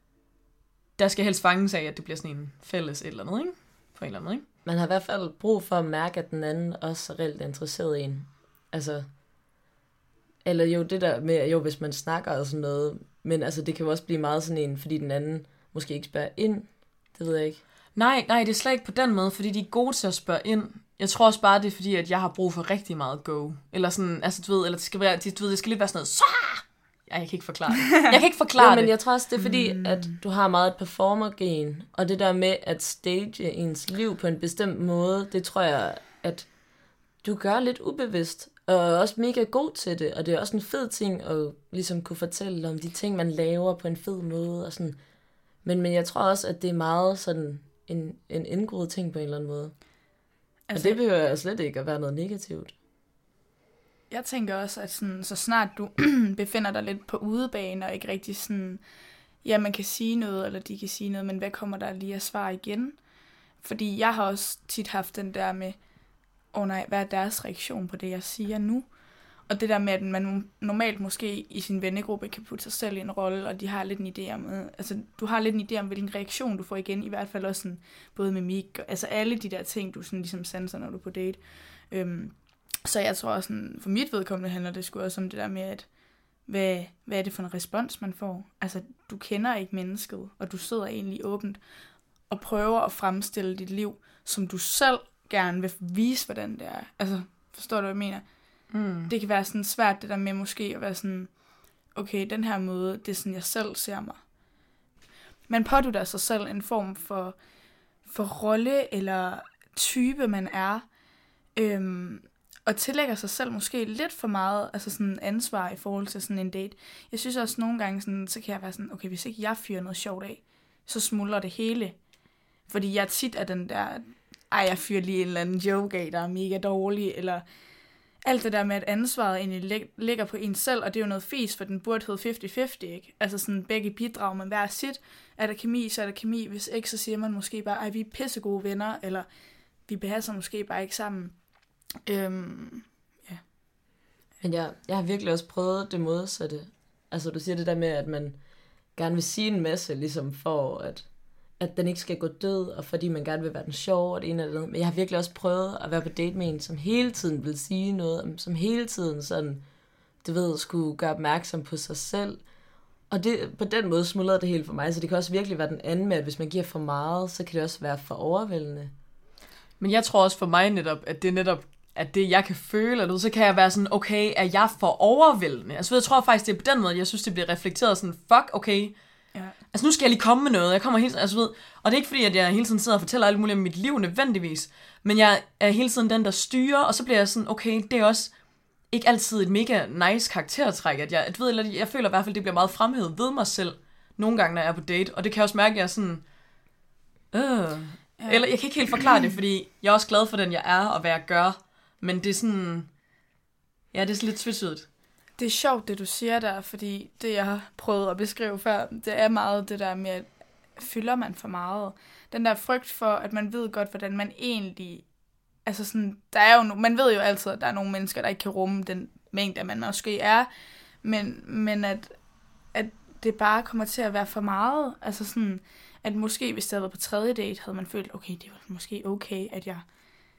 der skal helst fanges af, at det bliver sådan en fælles et eller andet, ikke? På en eller anden, ikke? Man har i hvert fald brug for at mærke, at den anden også er reelt interesseret i en. Altså, eller jo, det der med, jo, hvis man snakker og sådan noget, men altså, det kan jo også blive meget sådan en, fordi den anden måske ikke spørger ind. Det ved jeg ikke. Nej, det er slet ikke på den måde, fordi de er gode til at spørge ind. Jeg tror også bare, det er fordi, at jeg har brug for rigtig meget go. Eller sådan, altså du ved, eller det skal være, du ved, det skal lidt være sådan noget, jeg kan ikke forklare det. Jeg kan ikke forklare det. Men jeg tror også, det er fordi, at du har meget et performergen, og det der med at stage ens liv på en bestemt måde, det tror jeg, at du gør lidt ubevidst, og er også mega god til det, og det er også en fed ting at ligesom kunne fortælle om de ting, man laver på en fed måde, og sådan. Men jeg tror også, at det er meget sådan en indgroet ting på en eller anden måde. Altså, og det behøver slet ikke at være noget negativt. Jeg tænker også, at sådan, så snart du befinder dig lidt på udebane, og ikke rigtig sådan, ja, man kan sige noget, eller de kan sige noget, men hvad kommer der lige at svare igen? Fordi jeg har også tit haft den der med, nej, hvad er deres reaktion på det, jeg siger nu? Og det der med, at man normalt måske i sin vennegruppe kan putte sig selv i en rolle, og de har lidt en idé om, altså du har lidt en idé om, hvilken reaktion du får igen, i hvert fald også sådan, både mimik, altså alle de der ting, du sådan ligesom sanser, når du er på date. Så jeg tror også, sådan, for mit vedkommende handler det sgu også om det der med, at hvad er det for en respons, man får? Altså, du kender ikke mennesket, og du sidder egentlig åbent og prøver at fremstille dit liv, som du selv gerne vil vise, hvordan det er. Altså, forstår du, hvad jeg mener? Det kan være sådan svært, det der med måske at være sådan, okay, den her måde, det er sådan, jeg selv ser mig. Man pådutter sig selv en form for rolle eller type, man er, og tillægger sig selv måske lidt for meget, altså sådan ansvar i forhold til sådan en date. Jeg synes også nogle gange, sådan, så kan jeg være sådan, okay, hvis ikke jeg fyrer noget sjovt af, så smuldrer det hele. Fordi jeg tit er den der, jeg fyrer lige en eller anden joke af, der er mega dårlig, eller alt det der med, at ansvaret egentlig ligger på en selv, og det er jo noget fis, for den burde hedde 50-50, ikke? Altså sådan begge bidrag, men hver sit. Er der kemi, så er der kemi. Hvis ikke, så siger man måske bare, vi er pissegode venner, eller vi passer måske bare ikke sammen. Ja. Men jeg har virkelig også prøvet det modsatte. Altså du siger det der med, at man gerne vil sige en masse, ligesom for at den ikke skal gå død, og fordi man gerne vil være den sjove, og det ene eller det andet. Men jeg har virkelig også prøvet at være på date med en, som hele tiden vil sige noget, som hele tiden sådan, du ved, skulle gøre opmærksom på sig selv. Og det, på den måde smuldrede det helt for mig, så det kan også virkelig være den anden med, at hvis man giver for meget, så kan det også være for overvældende. Men jeg tror også for mig netop, at det netop at det, jeg kan føle, eller så kan jeg være sådan, okay, er jeg for overvældende? Altså, jeg tror faktisk, det er på den måde, jeg synes, det bliver reflekteret sådan, fuck, okay, ja. Altså, nu skal jeg lige komme med noget, jeg kommer hele tiden, altså, ved, og det er ikke fordi, at jeg hele tiden sidder og fortæller alt muligt om mit liv nødvendigvis, men jeg er hele tiden den, der styrer, og så bliver jeg sådan, okay, det er også ikke altid et mega nice karaktertræk, at jeg ved, eller jeg føler i hvert fald, det bliver meget fremhævet ved mig selv, nogle gange, når jeg er på date, og det kan jeg også mærke, at jeg er sådan, eller jeg kan ikke helt forklare det, fordi jeg er også glad for den, jeg er, og hvad jeg gør, men det er sådan, ja, det er lidt tvetydigt. Det er sjovt, det du siger der, fordi det, jeg har prøvet at beskrive før, det er meget det der med, at fylder man for meget. Den der frygt for, at man ved godt, hvordan man egentlig, altså sådan, der er jo, man ved jo altid, at der er nogle mennesker, der ikke kan rumme den mængde, man måske er, men at det bare kommer til at være for meget. Altså sådan, at måske hvis det havde været på tredje date, havde man følt, okay, det var måske okay, at jeg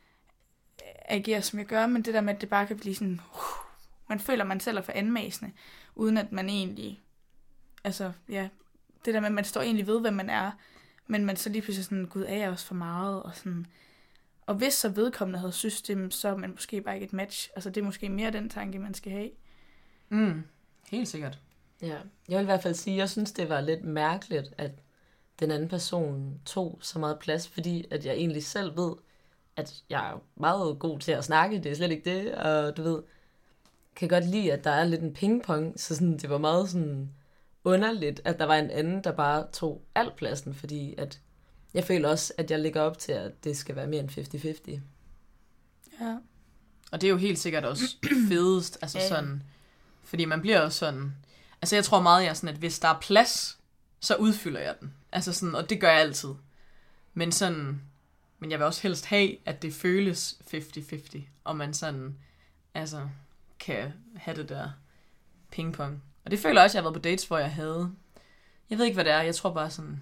agerer, som jeg gør, men det der med, at det bare kan blive sådan, man føler, man selv er for anmasende, uden at man egentlig, altså ja, det der med, at man står egentlig ved, hvem man er, men man så lige pludselig sådan, gud, er jeg også for meget, og sådan, og hvis så vedkommende havde system, så er man måske bare ikke et match. Altså det er måske mere den tanke, man skal have. Helt sikkert. Ja, jeg vil i hvert fald sige, at jeg synes, det var lidt mærkeligt, at den anden person tog så meget plads, fordi at jeg egentlig selv ved, at jeg er meget god til at snakke, det er slet ikke det, og du ved, kan godt lide, at der er lidt en pingpong, så sådan, det var meget sådan underligt, at der var en anden, der bare tog al pladsen, fordi at jeg føler også, at jeg lægger op til, at det skal være mere end 50-50. Ja. Og det er jo helt sikkert også fedest, altså sådan, fordi man bliver også sådan, altså jeg tror meget, jeg er sådan, at hvis der er plads, så udfylder jeg den. Altså sådan, og det gør jeg altid. Men sådan, men jeg vil også helst have, at det føles 50-50, og man sådan, altså, kan have det der pingpong. Og det føler også, at jeg har været på dates, hvor jeg havde, jeg ved ikke, hvad det er, jeg tror bare sådan,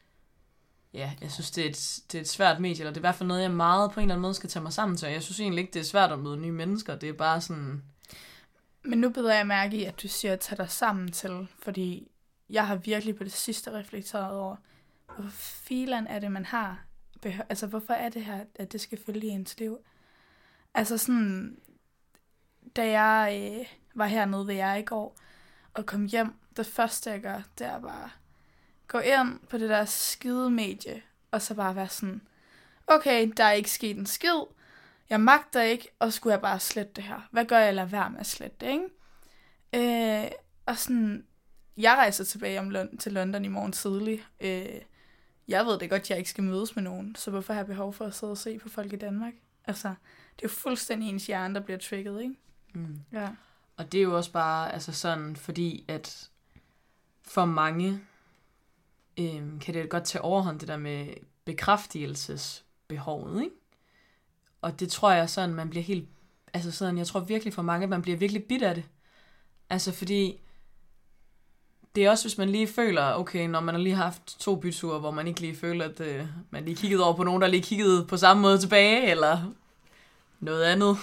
ja, jeg synes, det er et svært medie, eller det er i hvert fald noget, jeg meget på en eller anden måde skal tage mig sammen til. Jeg synes egentlig ikke, det er svært at møde nye mennesker. Det er bare sådan... Men nu beder jeg mærke i, at du siger, at tage dig sammen til, fordi jeg har virkelig på det sidste reflekteret over, hvor filan er det, man har. Altså, hvorfor er det her, at det skal følge i ens liv? Altså sådan, da jeg var hernede ved jer i går, og kom hjem, det første jeg gør, det er bare gå ind på det der skide medie, og så bare være sådan, okay, der er ikke sket en skid, jeg magter ikke, og skulle jeg bare slette det her. Hvad gør jeg, eller være med at slette det, ikke? Og sådan, jeg rejser tilbage til London i morgen tidlig. Jeg ved det godt, jeg ikke skal mødes med nogen, så hvorfor har jeg behov for at sidde og se på folk i Danmark? Altså, det er jo fuldstændig ens hjerne, der bliver trigget, ikke? Ja. Og det er jo også bare, altså sådan, fordi at for mange kan det godt tage overhånd, det der med bekræftelsesbehovet, ikke? Og det tror jeg sådan, man bliver helt, altså sådan, jeg tror virkelig for mange, man bliver virkelig bidt af det. Altså fordi, det er også, hvis man lige føler, okay, når man har lige haft 2 byture, hvor man ikke lige føler, at man lige kiggede over på nogen, der lige kiggede på samme måde tilbage, eller noget andet.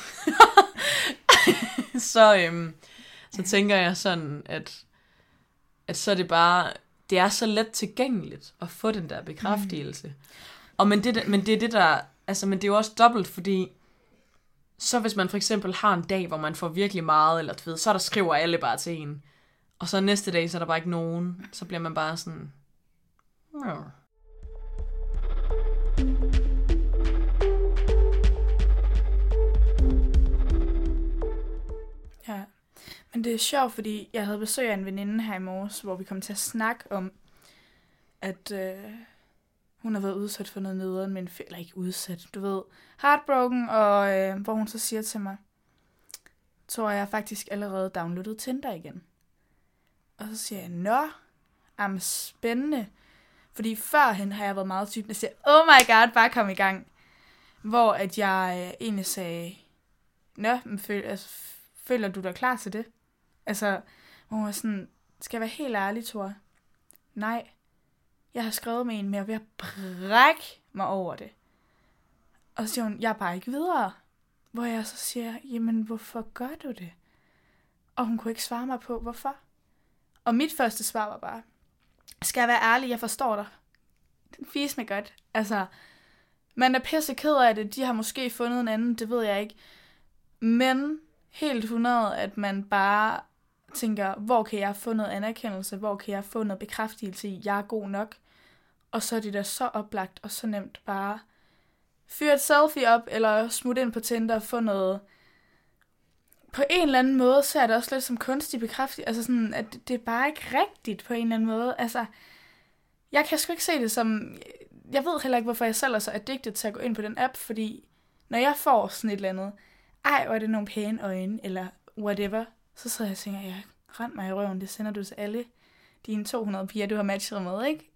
Så tænker jeg sådan, at så er det bare, det er så let tilgængeligt at få den der bekræftelse. Og men det er det der, altså, men det er jo også dobbelt, fordi så hvis man for eksempel har en dag, hvor man får virkelig meget, eller du ved, så der skriver alle bare til en, og så næste dag, så er der bare ikke nogen, så bliver man bare sådan, Ja, men det er sjovt, fordi jeg havde besøg af en veninde her i morges, hvor vi kom til at snakke om, at hun har været udsat for noget nederen, men eller ikke udsat, du ved, heartbroken, og hvor hun så siger til mig, tror jeg faktisk allerede downloadet Tinder igen. Og så siger jeg, nå, spændende. Fordi førhen har jeg været meget typen, der siger, oh my god, bare kom i gang. Hvor at jeg egentlig sagde, nå, føler du dig klar til det? Altså, hvor hun var sådan, skal jeg være helt ærlig, Thor? Nej. Jeg har skrevet med en, men jeg er ved at brække mig over det. Og så siger hun, jeg er bare ikke videre. Hvor jeg så siger, jamen hvorfor gør du det? Og hun kunne ikke svare mig på, hvorfor. Og mit første svar var bare, skal jeg være ærlig, jeg forstår dig. Fis mig godt. Altså, man er pisse ked af det, de har måske fundet en anden, det ved jeg ikke. Men helt 100, at man bare tænker, hvor kan jeg få noget anerkendelse, hvor kan jeg få noget bekræftelse i, jeg er god nok. Og så er det da så oplagt og så nemt bare fyre et selfie op, eller smutte ind på Tinder og få noget. På en eller anden måde, så er det også lidt som kunstig bekræftelse, altså sådan, at det er bare ikke rigtigt på en eller anden måde. Altså, jeg kan sgu ikke se det som, jeg ved heller ikke, hvorfor jeg selv er så addicted til at gå ind på den app, fordi når jeg får sådan et eller andet, ej, hvor er det nogle pæne øjne, eller whatever, så sidder jeg og tænker, jeg rend mig i røven, det sender du til alle dine 200 piger, du har matchet med, ikke?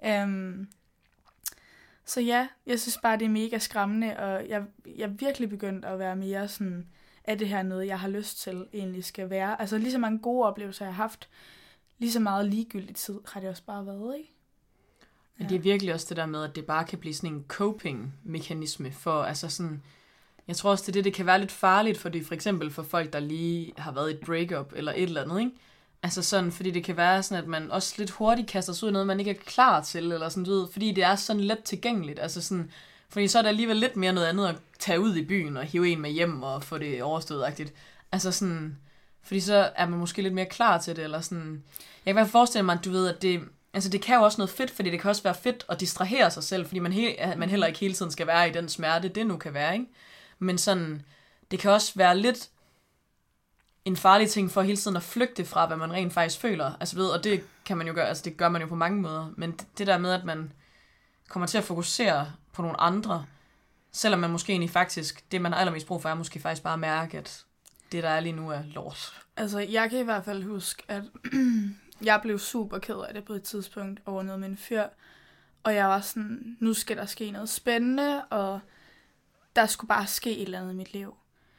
Så ja, jeg synes bare, det er mega skræmmende, og jeg er virkelig begyndt at være mere sådan, er det her noget, jeg har lyst til egentlig skal være? Altså lige så mange gode oplevelser, jeg har haft, lige så meget ligegyldig tid har det også bare været, ikke? Men det er virkelig også det der med, at det bare kan blive sådan en coping-mekanisme for, altså sådan, jeg tror også, det kan være lidt farligt, for eksempel for folk, der lige har været i et breakup eller et eller andet, ikke? Altså sådan, fordi det kan være sådan, at man også lidt hurtigt kaster sig ud i noget, man ikke er klar til, eller sådan, du ved, fordi det er sådan let tilgængeligt, altså sådan, fordi så er der alligevel lidt mere noget andet at tage ud i byen og hive en med hjem og få det overstået-agtigt. Altså sådan, fordi så er man måske lidt mere klar til det, eller sådan, jeg kan i hvert fald forestille mig, at du ved, at det kan jo også noget fedt, fordi det kan også være fedt at distrahere sig selv, fordi man heller ikke hele tiden skal være i den smerte, det nu kan være, ikke? Men sådan, det kan også være lidt en farlig ting for hele tiden at flygte fra, hvad man rent faktisk føler. Altså ved, og det kan man jo gøre, altså det gør man jo på mange måder, men det der med, at man kommer til at fokusere på nogle andre, selvom man måske egentlig faktisk, det man har allermest brug for, er måske faktisk bare at mærke, at det der er lige nu er lort. Altså, jeg kan i hvert fald huske, at jeg blev super ked af det på et tidspunkt over noget med en fyr, og jeg var sådan, nu skal der ske noget spændende, og der skulle bare ske et eller andet i mit liv.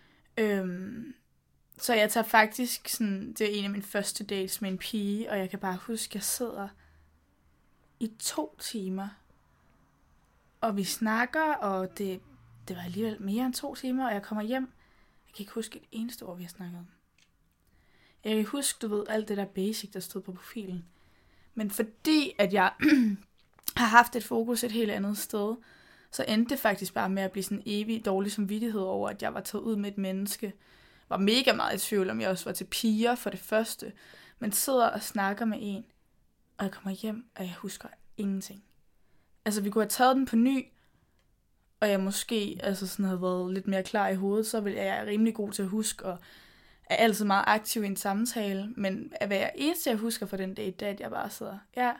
Så jeg tager faktisk sådan, det er en af mine første dates med en pige, og jeg kan bare huske, at jeg sidder i 2 timer, og vi snakker, og det var alligevel mere end 2 timer, og jeg kommer hjem. Jeg kan ikke huske et eneste ord, vi har snakket om. Jeg kan huske, du ved, alt det der basic, der stod på profilen. Men fordi, at jeg har haft et fokus et helt andet sted, så endte det faktisk bare med at blive sådan en evig dårlig samvittighed over, at jeg var taget ud med et menneske. Var mega meget i tvivl, om jeg også var til piger for det første. Men sidder og snakker med en, og jeg kommer hjem, og jeg husker ingenting. Altså, vi kunne have taget den på ny, og jeg måske altså sådan havde været lidt mere klar i hovedet, så ville jeg rimelig god til at huske, og er altid meget aktiv i en samtale. Men hvad jeg eneste, jeg husker fra den date, det er, at jeg bare sidder,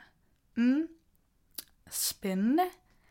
spændende,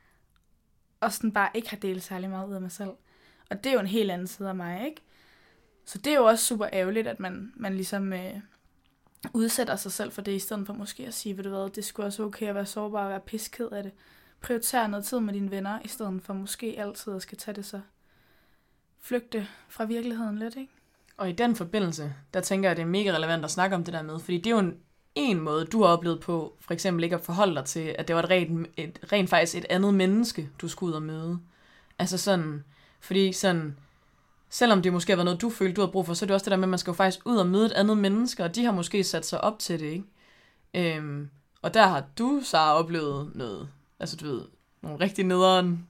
og sådan bare ikke har delt særlig meget ud af mig selv. Og det er jo en helt anden side af mig, ikke? Så det er jo også super ærgerligt, at man ligesom udsætter sig selv for det, i stedet for måske at sige, ved du hvad, det skulle også okay at være sårbar og være pisked af det. Prioriter noget tid med dine venner, i stedet for måske altid at skal tage det så flygte fra virkeligheden lidt, ikke? Og i den forbindelse, der tænker jeg, at det er mega relevant at snakke om det der med, fordi det er jo en måde, du har oplevet på, for eksempel ikke at forholde dig til, at det var rent faktisk et andet menneske, du skulle ud og møde. Altså sådan, fordi sådan, selvom det måske har været noget, du følte, du havde brug for, så er det også det der med, at man skal jo faktisk ud og møde et andet menneske, og de har måske sat sig op til det, ikke? Og der har du så oplevet noget, altså du ved, nogle rigtig nederen.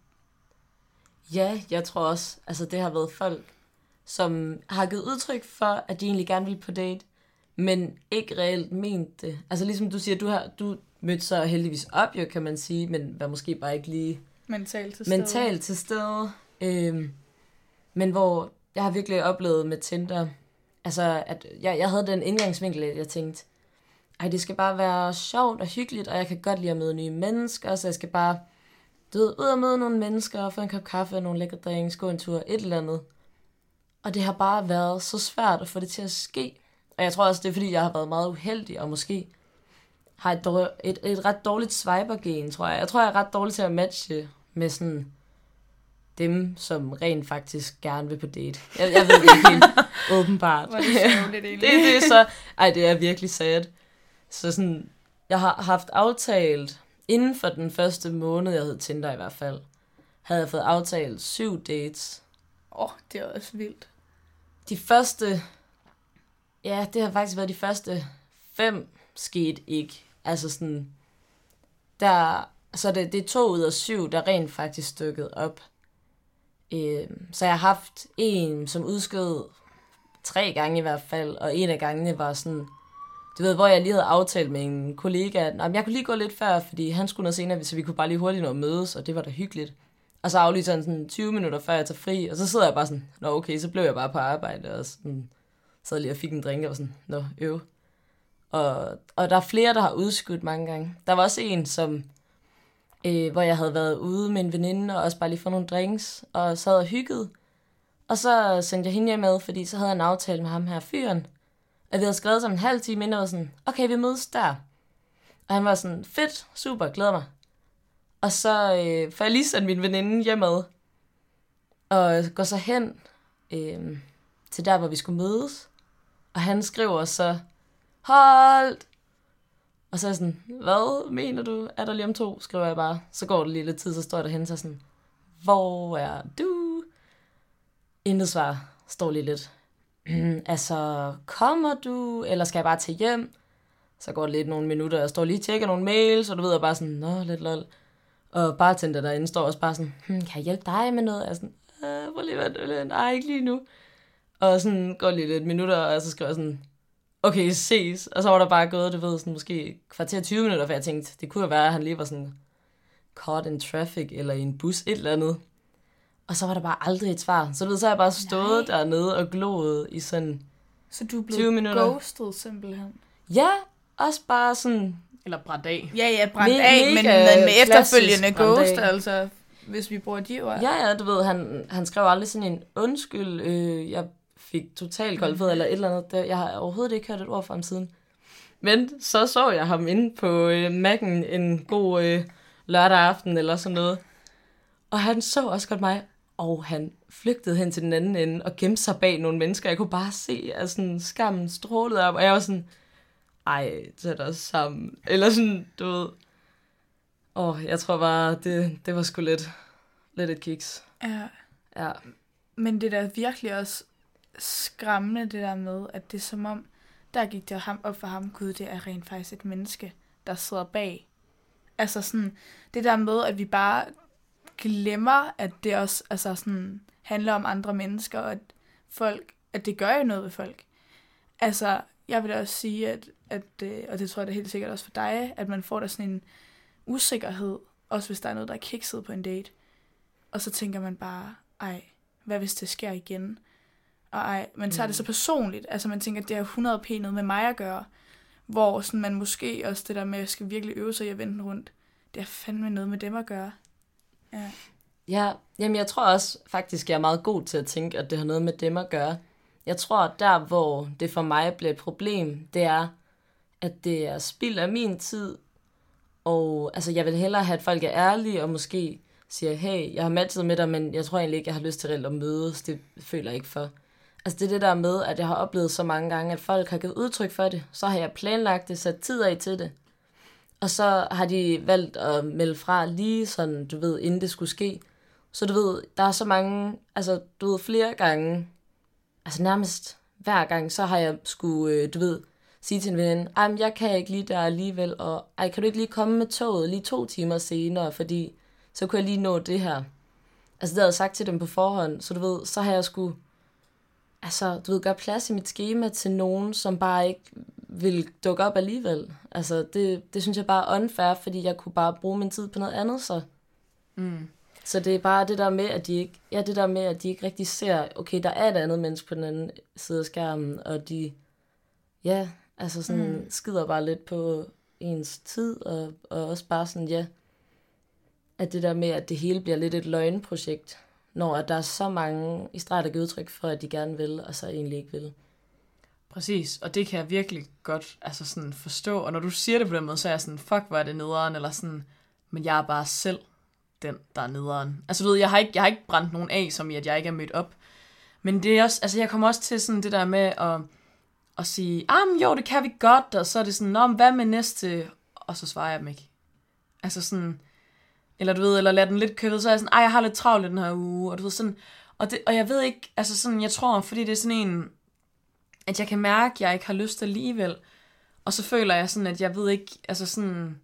Ja, jeg tror også, altså det har været folk, som har givet udtryk for, at de egentlig gerne vil på date, men ikke reelt ment det. Altså ligesom du siger, du mødte så heldigvis op, jo, kan man sige, men var måske bare ikke lige mentalt til stede. Men hvor jeg har virkelig oplevet med Tinder, altså at jeg havde den indgangsvinkel, at jeg tænkte, det skal bare være sjovt og hyggeligt, og jeg kan godt lide at møde nye mennesker, så jeg skal bare ud og møde nogle mennesker, få en kop kaffe, nogle lækre drinks, gå en tur, et eller andet. Og det har bare været så svært at få det til at ske. Og jeg tror også, det er fordi, jeg har været meget uheldig, og måske har et ret dårligt swiper-gen, tror jeg. Jeg tror, jeg er ret dårlig til at matche med sådan dem, som rent faktisk gerne vil på date. Jeg ved det ikke helt åbenbart. Hvor er det sjovligt egentlig. det er så... det er virkelig sad. Så sådan, jeg har haft aftalt, inden for den første måned, jeg hed Tinder i hvert fald, havde jeg fået aftalt 7 dates. Det er også vildt. De første... Ja, det har faktisk været de første 5 skete ikke. Altså sådan... Så det er 2 ud af 7, der rent faktisk stykket op. Så jeg har haft en, som udskød 3 gange i hvert fald, og en af gangene var sådan... Du ved, hvor jeg lige havde aftalt med en kollega, at jeg kunne lige gå lidt før, fordi han skulle noget senere, så vi kunne bare lige hurtigt nå at mødes, og det var da hyggeligt. Og så aflyser han sådan 20 minutter før jeg tager fri, og så sidder jeg bare sådan, okay, så blev jeg bare på arbejde, og sådan, sad lige og fik en drink, og sådan, øv. Og der er flere, der har udskudt mange gange. Der var også en, som, hvor jeg havde været ude med en veninde, og også bare lige fået nogle drinks, og sad og hyggede. Og så sendte jeg hende hjem med, fordi så havde jeg en aftale med ham her fyren, at vi havde skrevet som en halv time inden, og var sådan, okay, vi mødes der. Og han var sådan, fedt, super, glæder mig. Og så får jeg lige sendt min veninde hjemad, og går så hen til der, hvor vi skulle mødes. Og han skriver så, hold, Og så er jeg sådan, hvad mener du? Er der lige om 2? Skriver jeg bare. Så går det lige lidt tid, så står jeg derhen, så sådan, hvor er du? Intet svar. Står lige lidt. Altså, kommer du? Eller skal jeg bare tage hjem? Så går det lidt nogle minutter, jeg står lige og tjekker nogle mails, og du ved, jeg bare sådan, lidt lol. Og bartender derinde står også bare sådan, kan jeg hjælpe dig med noget? Jeg er sådan, prøv lige vent, nej, ikke lige nu. Og sådan går lige lidt minutter, og så skriver jeg sådan, okay, ses. Og så var der bare gået, du ved, sådan måske kvarter 20 minutter, for jeg tænkte, det kunne jo være, at han lige var sådan caught in traffic, eller i en bus, et eller andet. Og så var der bare aldrig et svar. Så du ved, så har jeg bare stået dernede og gloet i sådan Så du er 20 blevet minutter. ghostet simpelthen? Ja, også bare sådan... Eller brændt af. Ja, brændt af, men med efterfølgende ghost, altså, hvis vi bruger de ord. Ja, du ved, han skrev aldrig sådan en undskyld, jeg fik totalt koldt fed, eller et eller andet. Jeg har overhovedet ikke hørt et ord fra ham siden. Men så jeg ham inde på Mac'en en god lørdag aften, eller sådan noget. Og han så også godt mig, og han flygtede hen til den anden ende, og gemte sig bag nogle mennesker. Jeg kunne bare se, at sådan skammen strålede op, og jeg var sådan, ej, tæt os sammen. Eller sådan, du ved. Jeg tror bare, det var sgu lidt et kiks. Ja. Men det der virkelig også skræmmende, det der med, at det er som om, der gik det op for ham, gud, det er rent faktisk et menneske, der sidder bag. Altså sådan, det der med, at vi bare glemmer, at det også altså sådan, handler om andre mennesker, og at det gør jo noget ved folk. Altså, jeg vil da også sige, at og det tror jeg da helt sikkert også for dig, at man får der sådan en usikkerhed, også hvis der er noget, der er kikset på en date. Og så tænker man bare, ej, hvad hvis det sker igen? Og man tager det så personligt. Altså man tænker, at det har 100p noget med mig at gøre. Hvor sådan, man måske også det der med, at jeg skal virkelig øve sig i at vende den rundt. Det har fandme noget med dem at gøre. Ja, jamen jeg tror også faktisk, jeg er meget god til at tænke, at det har noget med dem at gøre. Jeg tror, der hvor det for mig bliver et problem, det er, at det er spild af min tid. Og altså, jeg vil hellere have, at folk er ærlige og måske siger, hey, jeg har matchet med dig, men jeg tror egentlig ikke, jeg har lyst til reelt at mødes. Det føler jeg ikke for. Altså det er det der med, at jeg har oplevet så mange gange, at folk har givet udtryk for det. Så har jeg planlagt det, sat tid af til det. Og så har de valgt at melde fra lige sådan, du ved, inden det skulle ske. Så du ved, der er så mange, altså du ved, flere gange, altså nærmest hver gang, så har jeg skulle, du ved, sige til en veninde, jeg kan ikke lige der alligevel, og kan du ikke lige komme med toget lige 2 timer senere, fordi så kunne jeg lige nå det her. Altså det havde jeg sagt til dem på forhånd, så du ved, så har jeg skulle, altså du ved, gøre plads i mit schema til nogen, som bare ikke vil dukke op alligevel. Altså det synes jeg bare er unfair, fordi jeg kunne bare bruge min tid på noget andet, så. Så det er bare det der med, at de ikke rigtig ser, okay, der er et andet menneske på den anden side af skærmen, og de, altså sådan skider bare lidt på ens tid, og også bare sådan, at det der med, at det hele bliver lidt et løgnprojekt, når at der er så mange i streg, der giver udtryk for, at de gerne vil, og så egentlig ikke vil. Præcis, og det kan jeg virkelig godt altså sådan forstå, og når du siger det på den måde, så er jeg sådan, fuck, hvor er det nederen, eller sådan, men jeg er bare selv den, der er nederen. Altså du ved, jeg har ikke brændt nogen af, som i, at jeg ikke er mødt op, men det er også, altså jeg kommer også til sådan det der med at sige, jo, det kan vi godt, og så er det sådan, hvad med næste, og så svarer jeg dem ikke. Altså sådan, eller du ved, eller lad den lidt køre, så er jeg sådan, jeg har lidt travlt i den her uge, og du ved sådan, og jeg ved ikke, altså sådan, jeg tror, fordi det er sådan en, at jeg kan mærke, at jeg ikke har lyst alligevel, og så føler jeg sådan, at jeg ved ikke, altså sådan,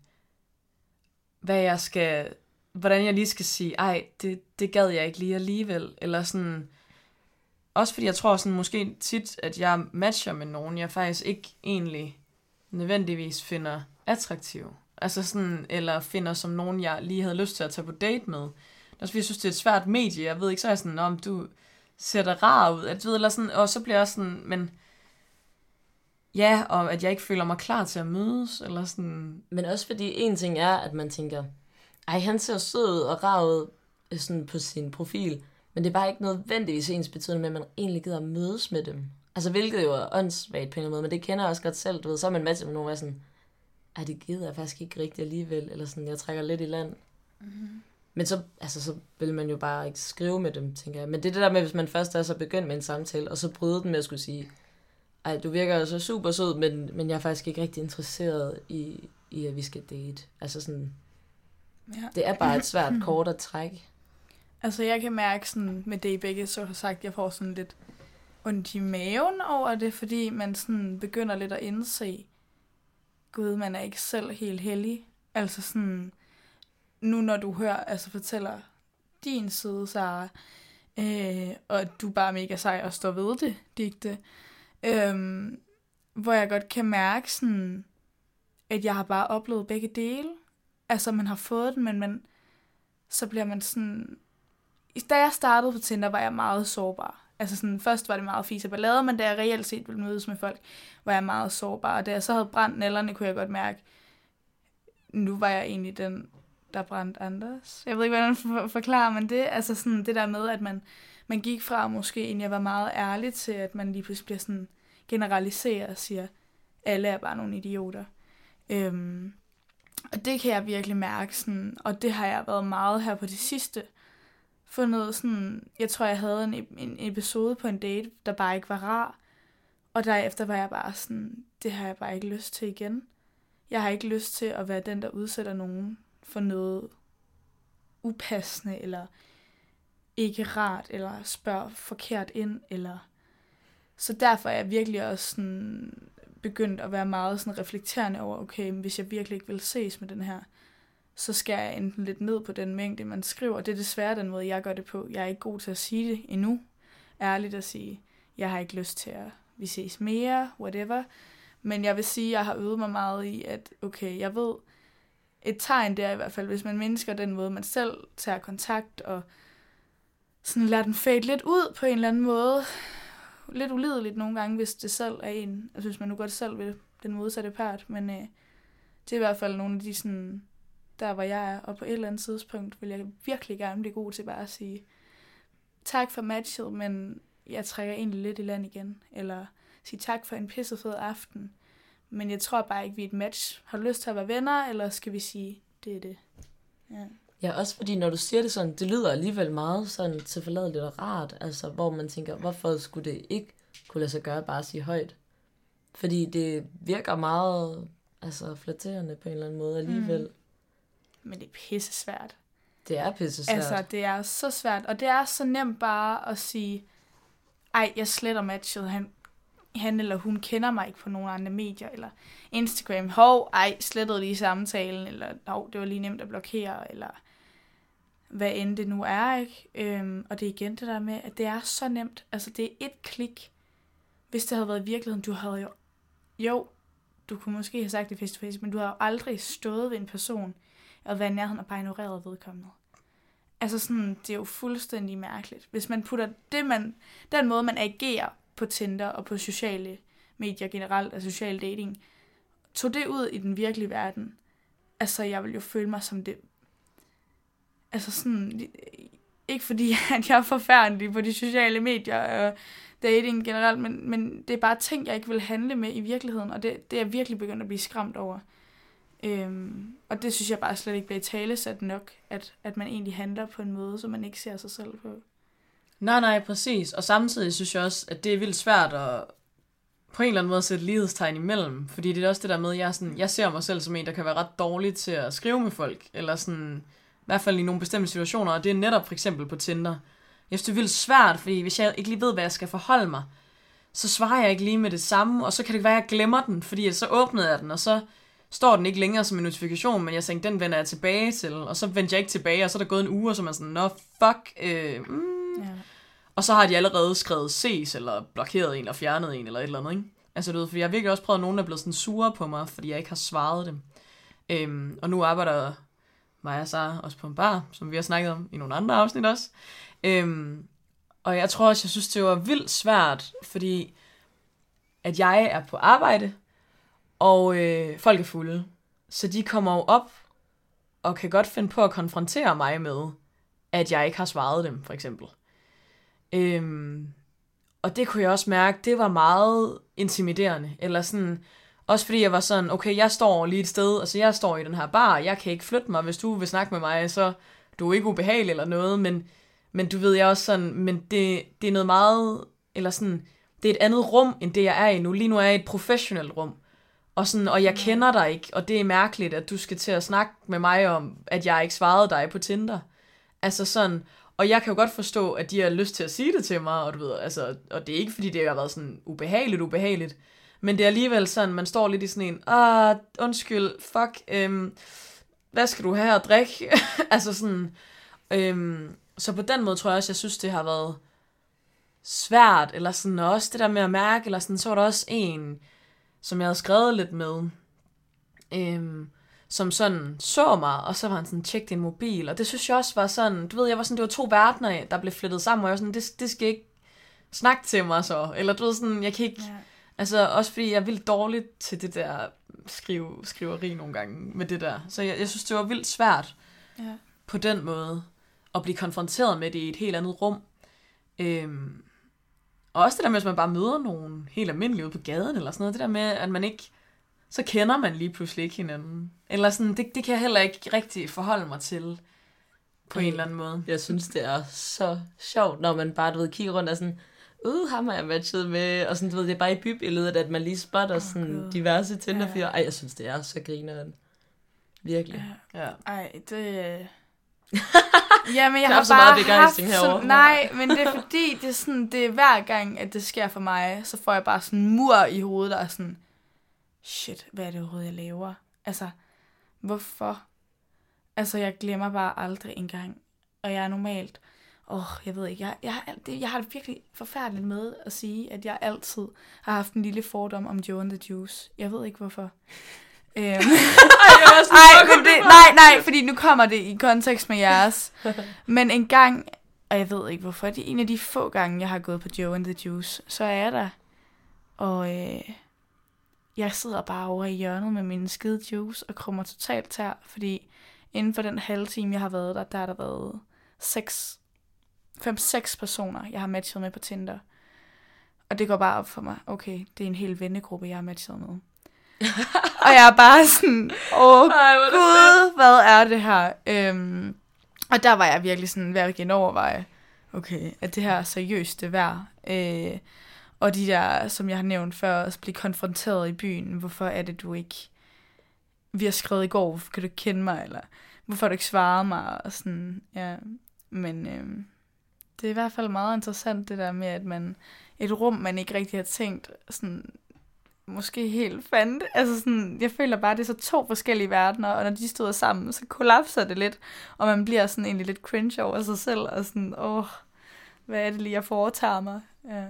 hvordan jeg lige skal sige, det gad jeg ikke lige alligevel, eller sådan, også fordi jeg tror sådan måske tit, at jeg matcher med nogen, jeg faktisk ikke egentlig nødvendigvis finder attraktiv. Altså sådan, eller finder som nogen, jeg lige havde lyst til at tage på date med. Det er også fordi, jeg synes, det er et svært medie. Jeg ved ikke, så er jeg sådan, om du ser da rar ud. At, du ved, eller sådan, og så bliver jeg sådan, men ja, og at jeg ikke føler mig klar til at mødes, eller sådan. Men også fordi en ting er, at man tænker, han ser sød ud og rar ud sådan på sin profil, men det er bare ikke nødvendigvis ens betydende med, at man egentlig gider at mødes med dem. Altså, hvilket jo er åndssvagt på en eller anden måde, men det kender jeg også godt selv. Du ved, så er man matchet med nogen, der er sådan, det gider jeg faktisk ikke rigtigt alligevel, eller sådan, jeg trækker lidt i land. Mm-hmm. Men så vil man jo bare ikke skrive med dem, tænker jeg. Men det er det der med, hvis man først er så begyndt med en samtale, og så bryder den med at skulle sige, Ej, du virker altså super sød, men jeg er faktisk ikke rigtig interesseret i at vi skal date. Altså sådan, det er bare et svært kort at trække. Altså, jeg kan mærke sådan, med det I begge så har sagt, jeg får sådan lidt ondt i maven over det, fordi man sådan begynder lidt at indse, gud, man er ikke selv helt heldig. Altså sådan, nu når du hører, altså fortæller din side, Sara, og du er bare mega sej og står ved det, digte, hvor jeg godt kan mærke sådan, at jeg har bare oplevet begge dele. Altså, man har fået den, men så bliver man sådan... Da jeg startede på Tinder, var jeg meget sårbar. Altså sådan, først var det meget fis og ballade, men da jeg reelt set ville mødes med folk, var jeg meget sårbar. Og da jeg så havde brændt nælderne, kunne jeg godt mærke, nu var jeg egentlig den, der brændte andres. Jeg ved ikke, hvordan man forklarer man det. Altså sådan det der med, at man gik fra måske, end jeg var meget ærlig til, at man lige pludselig bliver sådan generaliseret og siger, alle er bare nogle idioter. Og det kan jeg virkelig mærke, sådan, og det har jeg været meget her på det sidste. Fundet sådan, jeg tror, jeg havde en episode på en date, der bare ikke var rar. Og derefter var jeg bare sådan, det har jeg bare ikke lyst til igen. Jeg har ikke lyst til at være den, der udsætter nogen for noget upassende, eller ikke rart, eller spørger forkert ind, eller... Så derfor er jeg virkelig også sådan begyndt at være meget sådan reflekterende over, okay, men hvis jeg virkelig ikke vil ses med den her, så skal jeg enten lidt ned på den mængde, man skriver. Det er desværre den måde, jeg gør det på. Jeg er ikke god til at sige det endnu. Ærligt at sige, jeg har ikke lyst til at vi ses mere, whatever. Men jeg vil sige, at jeg har øvet mig meget i, at okay, jeg ved, et tegn det er i hvert fald, hvis man mindsker den måde, man selv tager kontakt, og sådan lader den fade lidt ud på en eller anden måde. Lidt ulideligt nogle gange, hvis det selv er en. Jeg synes, man nu godt selv vil den modsatte part, men det er i hvert fald nogle af de sådan, der hvor jeg er, og på et eller andet tidspunkt vil jeg virkelig gerne blive god til bare at sige, tak for matchet, men jeg trækker egentlig lidt i land igen, eller sige tak for en pissefed aften, men jeg tror bare ikke, vi er et match. Har du lyst til at være venner, eller skal vi sige, det er det? Ja. Ja, også fordi når du siger det sådan, det lyder alligevel meget sådan tilforladeligt og rart, altså hvor man tænker, hvorfor skulle det ikke kunne lade sig gøre bare at sige højt? Fordi det virker meget altså flatterende på en eller anden måde alligevel. Men det er pissesvært. Det er pissesvært. Altså, det er så svært, og det er så nemt bare at sige, ej, jeg sletter matchet, han eller hun kender mig ikke på nogle andre medier, eller Instagram, slettede lige samtalen, eller det var lige nemt at blokere, eller hvad end det nu er, ikke? Og det er igen det der med, at det er så nemt, altså det er et klik. Hvis det havde været i virkeligheden, du havde jo, du kunne måske have sagt det face to face, men du har jo aldrig stået ved en person, og været i nærheden og bare ignoreret vedkommende. Altså sådan, det er jo fuldstændig mærkeligt. Hvis man putter den måde, man agerer på Tinder og på sociale medier generelt, altså social dating, tog det ud i den virkelige verden, altså jeg vil jo føle mig som det, altså sådan, ikke fordi at jeg er forfærdelig på de sociale medier og dating generelt, men det er bare ting, jeg ikke vil handle med i virkeligheden, og det er jeg virkelig begyndt at blive skræmt over. Og det synes jeg bare slet ikke bliver italesat nok, at man egentlig handler på en måde, som man ikke ser sig selv på. Nej, præcis. Og samtidig synes jeg også, at det er vildt svært at på en eller anden måde sætte lighedstegn imellem. Fordi det er også det der med, jeg ser mig selv som en, der kan være ret dårlig til at skrive med folk. Eller sådan, i hvert fald i nogle bestemte situationer. Og det er netop for eksempel på Tinder. Jeg synes, det er vildt svært, fordi hvis jeg ikke lige ved, hvad jeg skal forholde mig, så svarer jeg ikke lige med det samme. Og så kan det være, at jeg glemmer den, fordi så åbnede jeg den, og så står den ikke længere som en notifikation, men jeg tænkte, den vender jeg tilbage til. Og så vendte jeg ikke tilbage, og så er der gået en uge, og så er man sådan, nå fuck, Ja. Og så har de allerede skrevet ses, eller blokeret en, eller fjernet en, eller et eller andet, ikke? Altså du ved, fordi jeg har virkelig også prøvet, at nogen der er blevet sådan sure på mig, fordi jeg ikke har svaret dem. Og nu arbejder mig og Sara også på en bar, som vi har snakket om i nogle andre afsnit også. Og jeg tror også, jeg synes, det var vildt svært, fordi at jeg er på arbejde, og folk er fulde. Så de kommer jo op, og kan godt finde på at konfrontere mig med, at jeg ikke har svaret dem, for eksempel. Og det kunne jeg også mærke, det var meget intimiderende, eller sådan, også fordi jeg var sådan, okay, jeg står lige et sted, altså jeg står i den her bar, jeg kan ikke flytte mig, hvis du vil snakke med mig, så du er ikke ubehagelig eller noget, men du ved, jeg også sådan, men det er noget meget, eller sådan, det er et andet rum, end det jeg er i nu. Lige nu er jeg i et professionelt rum. Og jeg kender dig ikke, og det er mærkeligt, at du skal til at snakke med mig om, at jeg ikke svarede dig på Tinder. Altså sådan, og jeg kan jo godt forstå, at de har lyst til at sige det til mig, og du ved, altså, og det er ikke fordi, det har været sådan ubehageligt, men det er alligevel sådan, man står lidt i sådan en, undskyld, fuck, hvad skal du have at drikke? Altså sådan, så på den måde tror jeg også, jeg synes, det har været svært, eller sådan også det der med at mærke, eller sådan, så var der også en, som jeg havde skrevet lidt med, som sådan så mig, og så var han sådan, tjek din mobil, og det synes jeg også var sådan, du ved, jeg var sådan, det var 2 verdener, der blev flettet sammen, og jeg var sådan, det skal ikke snakke til mig så, eller du ved sådan, jeg kan ikke, altså også fordi jeg er vildt dårlig til det der skriveri nogle gange med det der, så jeg synes, det var vildt svært på den måde, at blive konfronteret med det i et helt andet rum. Og også det der med, at man bare møder nogen helt almindelige ude på gaden, eller sådan noget, det der med, at man ikke, så kender man lige pludselig ikke hinanden. Eller sådan, det kan jeg heller ikke rigtig forholde mig til, på en eller anden måde. Jeg synes, det er så sjovt, når man bare, du ved, kigger rundt og sådan, ham har jeg matchet med, og sådan, du ved, det er bare i bybilledet, at man lige spotter sådan diverse Tinder-fyre. Ej, jeg synes, det er så grineren. Virkelig. Ja. Ej, det... Ja, men jeg har så bare meget begejstring herovre. Nej, men det er fordi, det er sådan, det er hver gang, at det sker for mig, så får jeg bare sådan en mur i hovedet, der er sådan, shit, hvad er det overhovedet, jeg laver? Altså, hvorfor? Altså, jeg glemmer bare aldrig engang, og jeg er normalt, jeg ved ikke, jeg har det virkelig forfærdeligt med at sige, at jeg altid har haft en lille fordom om Joe and the Juice. Jeg ved ikke, hvorfor. Nej, fordi nu kommer det i kontekst med jeres. Men en gang, og jeg ved ikke hvorfor, det er en af de få gange, jeg har gået på Joe and the Juice, så er jeg der. Og jeg sidder bare over i hjørnet med min skide juice og krummer totalt tær, fordi inden for den halve time, jeg har været der har der været 5-6 personer, jeg har matchet med på Tinder. Og det går bare op for mig, okay, det er en hel vennegruppe, jeg har matchet med. Og jeg er bare sådan, gud, hvad er det her? Og der var jeg virkelig sådan ved at genoverveje, okay, at det her seriøst det værd? Og de der, som jeg har nævnt før, også blive konfronteret i byen, hvorfor er det du ikke, vi har skrevet i går, hvorfor kan du ikke kende mig, eller hvorfor har du ikke svaret mig, og sådan, ja, men det er i hvert fald meget interessant det der med, at et rum, man ikke rigtig har tænkt, sådan, måske helt fandt. Altså sådan, jeg føler bare, det er så 2 forskellige verdener, og når de stod sammen, så kollapser det lidt, og man bliver sådan egentlig lidt cringe over sig selv, og sådan, hvad er det lige, jeg foretager mig? Ja.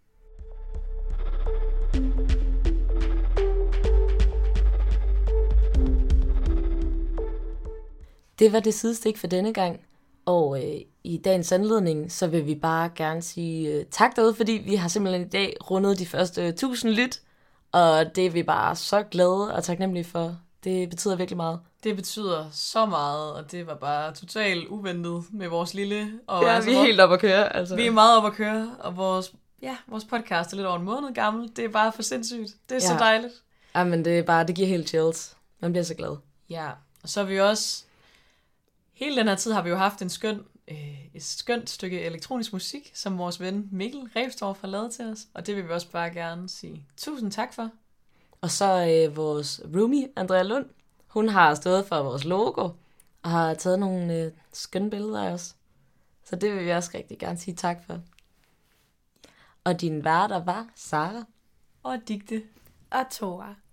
Det var det sidestik for denne gang, og i dagens anledning, så vil vi bare gerne sige tak derude, fordi vi har simpelthen i dag rundet de første 1000 lyt, og det er vi bare så glade og taknemmelige for. Det betyder virkelig meget. Det betyder så meget, og det var bare totalt uventet med vores lille... Og ja, altså, vi er helt oppe at køre. Altså. Vi er meget oppe at køre, og vores podcast er lidt over en måned gammel. Det er bare for sindssygt. Det er så dejligt. Jamen, det giver helt chills. Man bliver så glad. Ja, og så har vi også... Hele den her tid har vi jo haft et skønt stykke elektronisk musik, som vores ven Mikkel Rebstorff har lavet til os, og det vil vi også bare gerne sige tusind tak for. Og så vores roomie, Andrea Lund, hun har stået for vores logo, og har taget nogle skønne billeder af os. Så det vil vi også rigtig gerne sige tak for. Og din værter var Sara og Digte og Tora.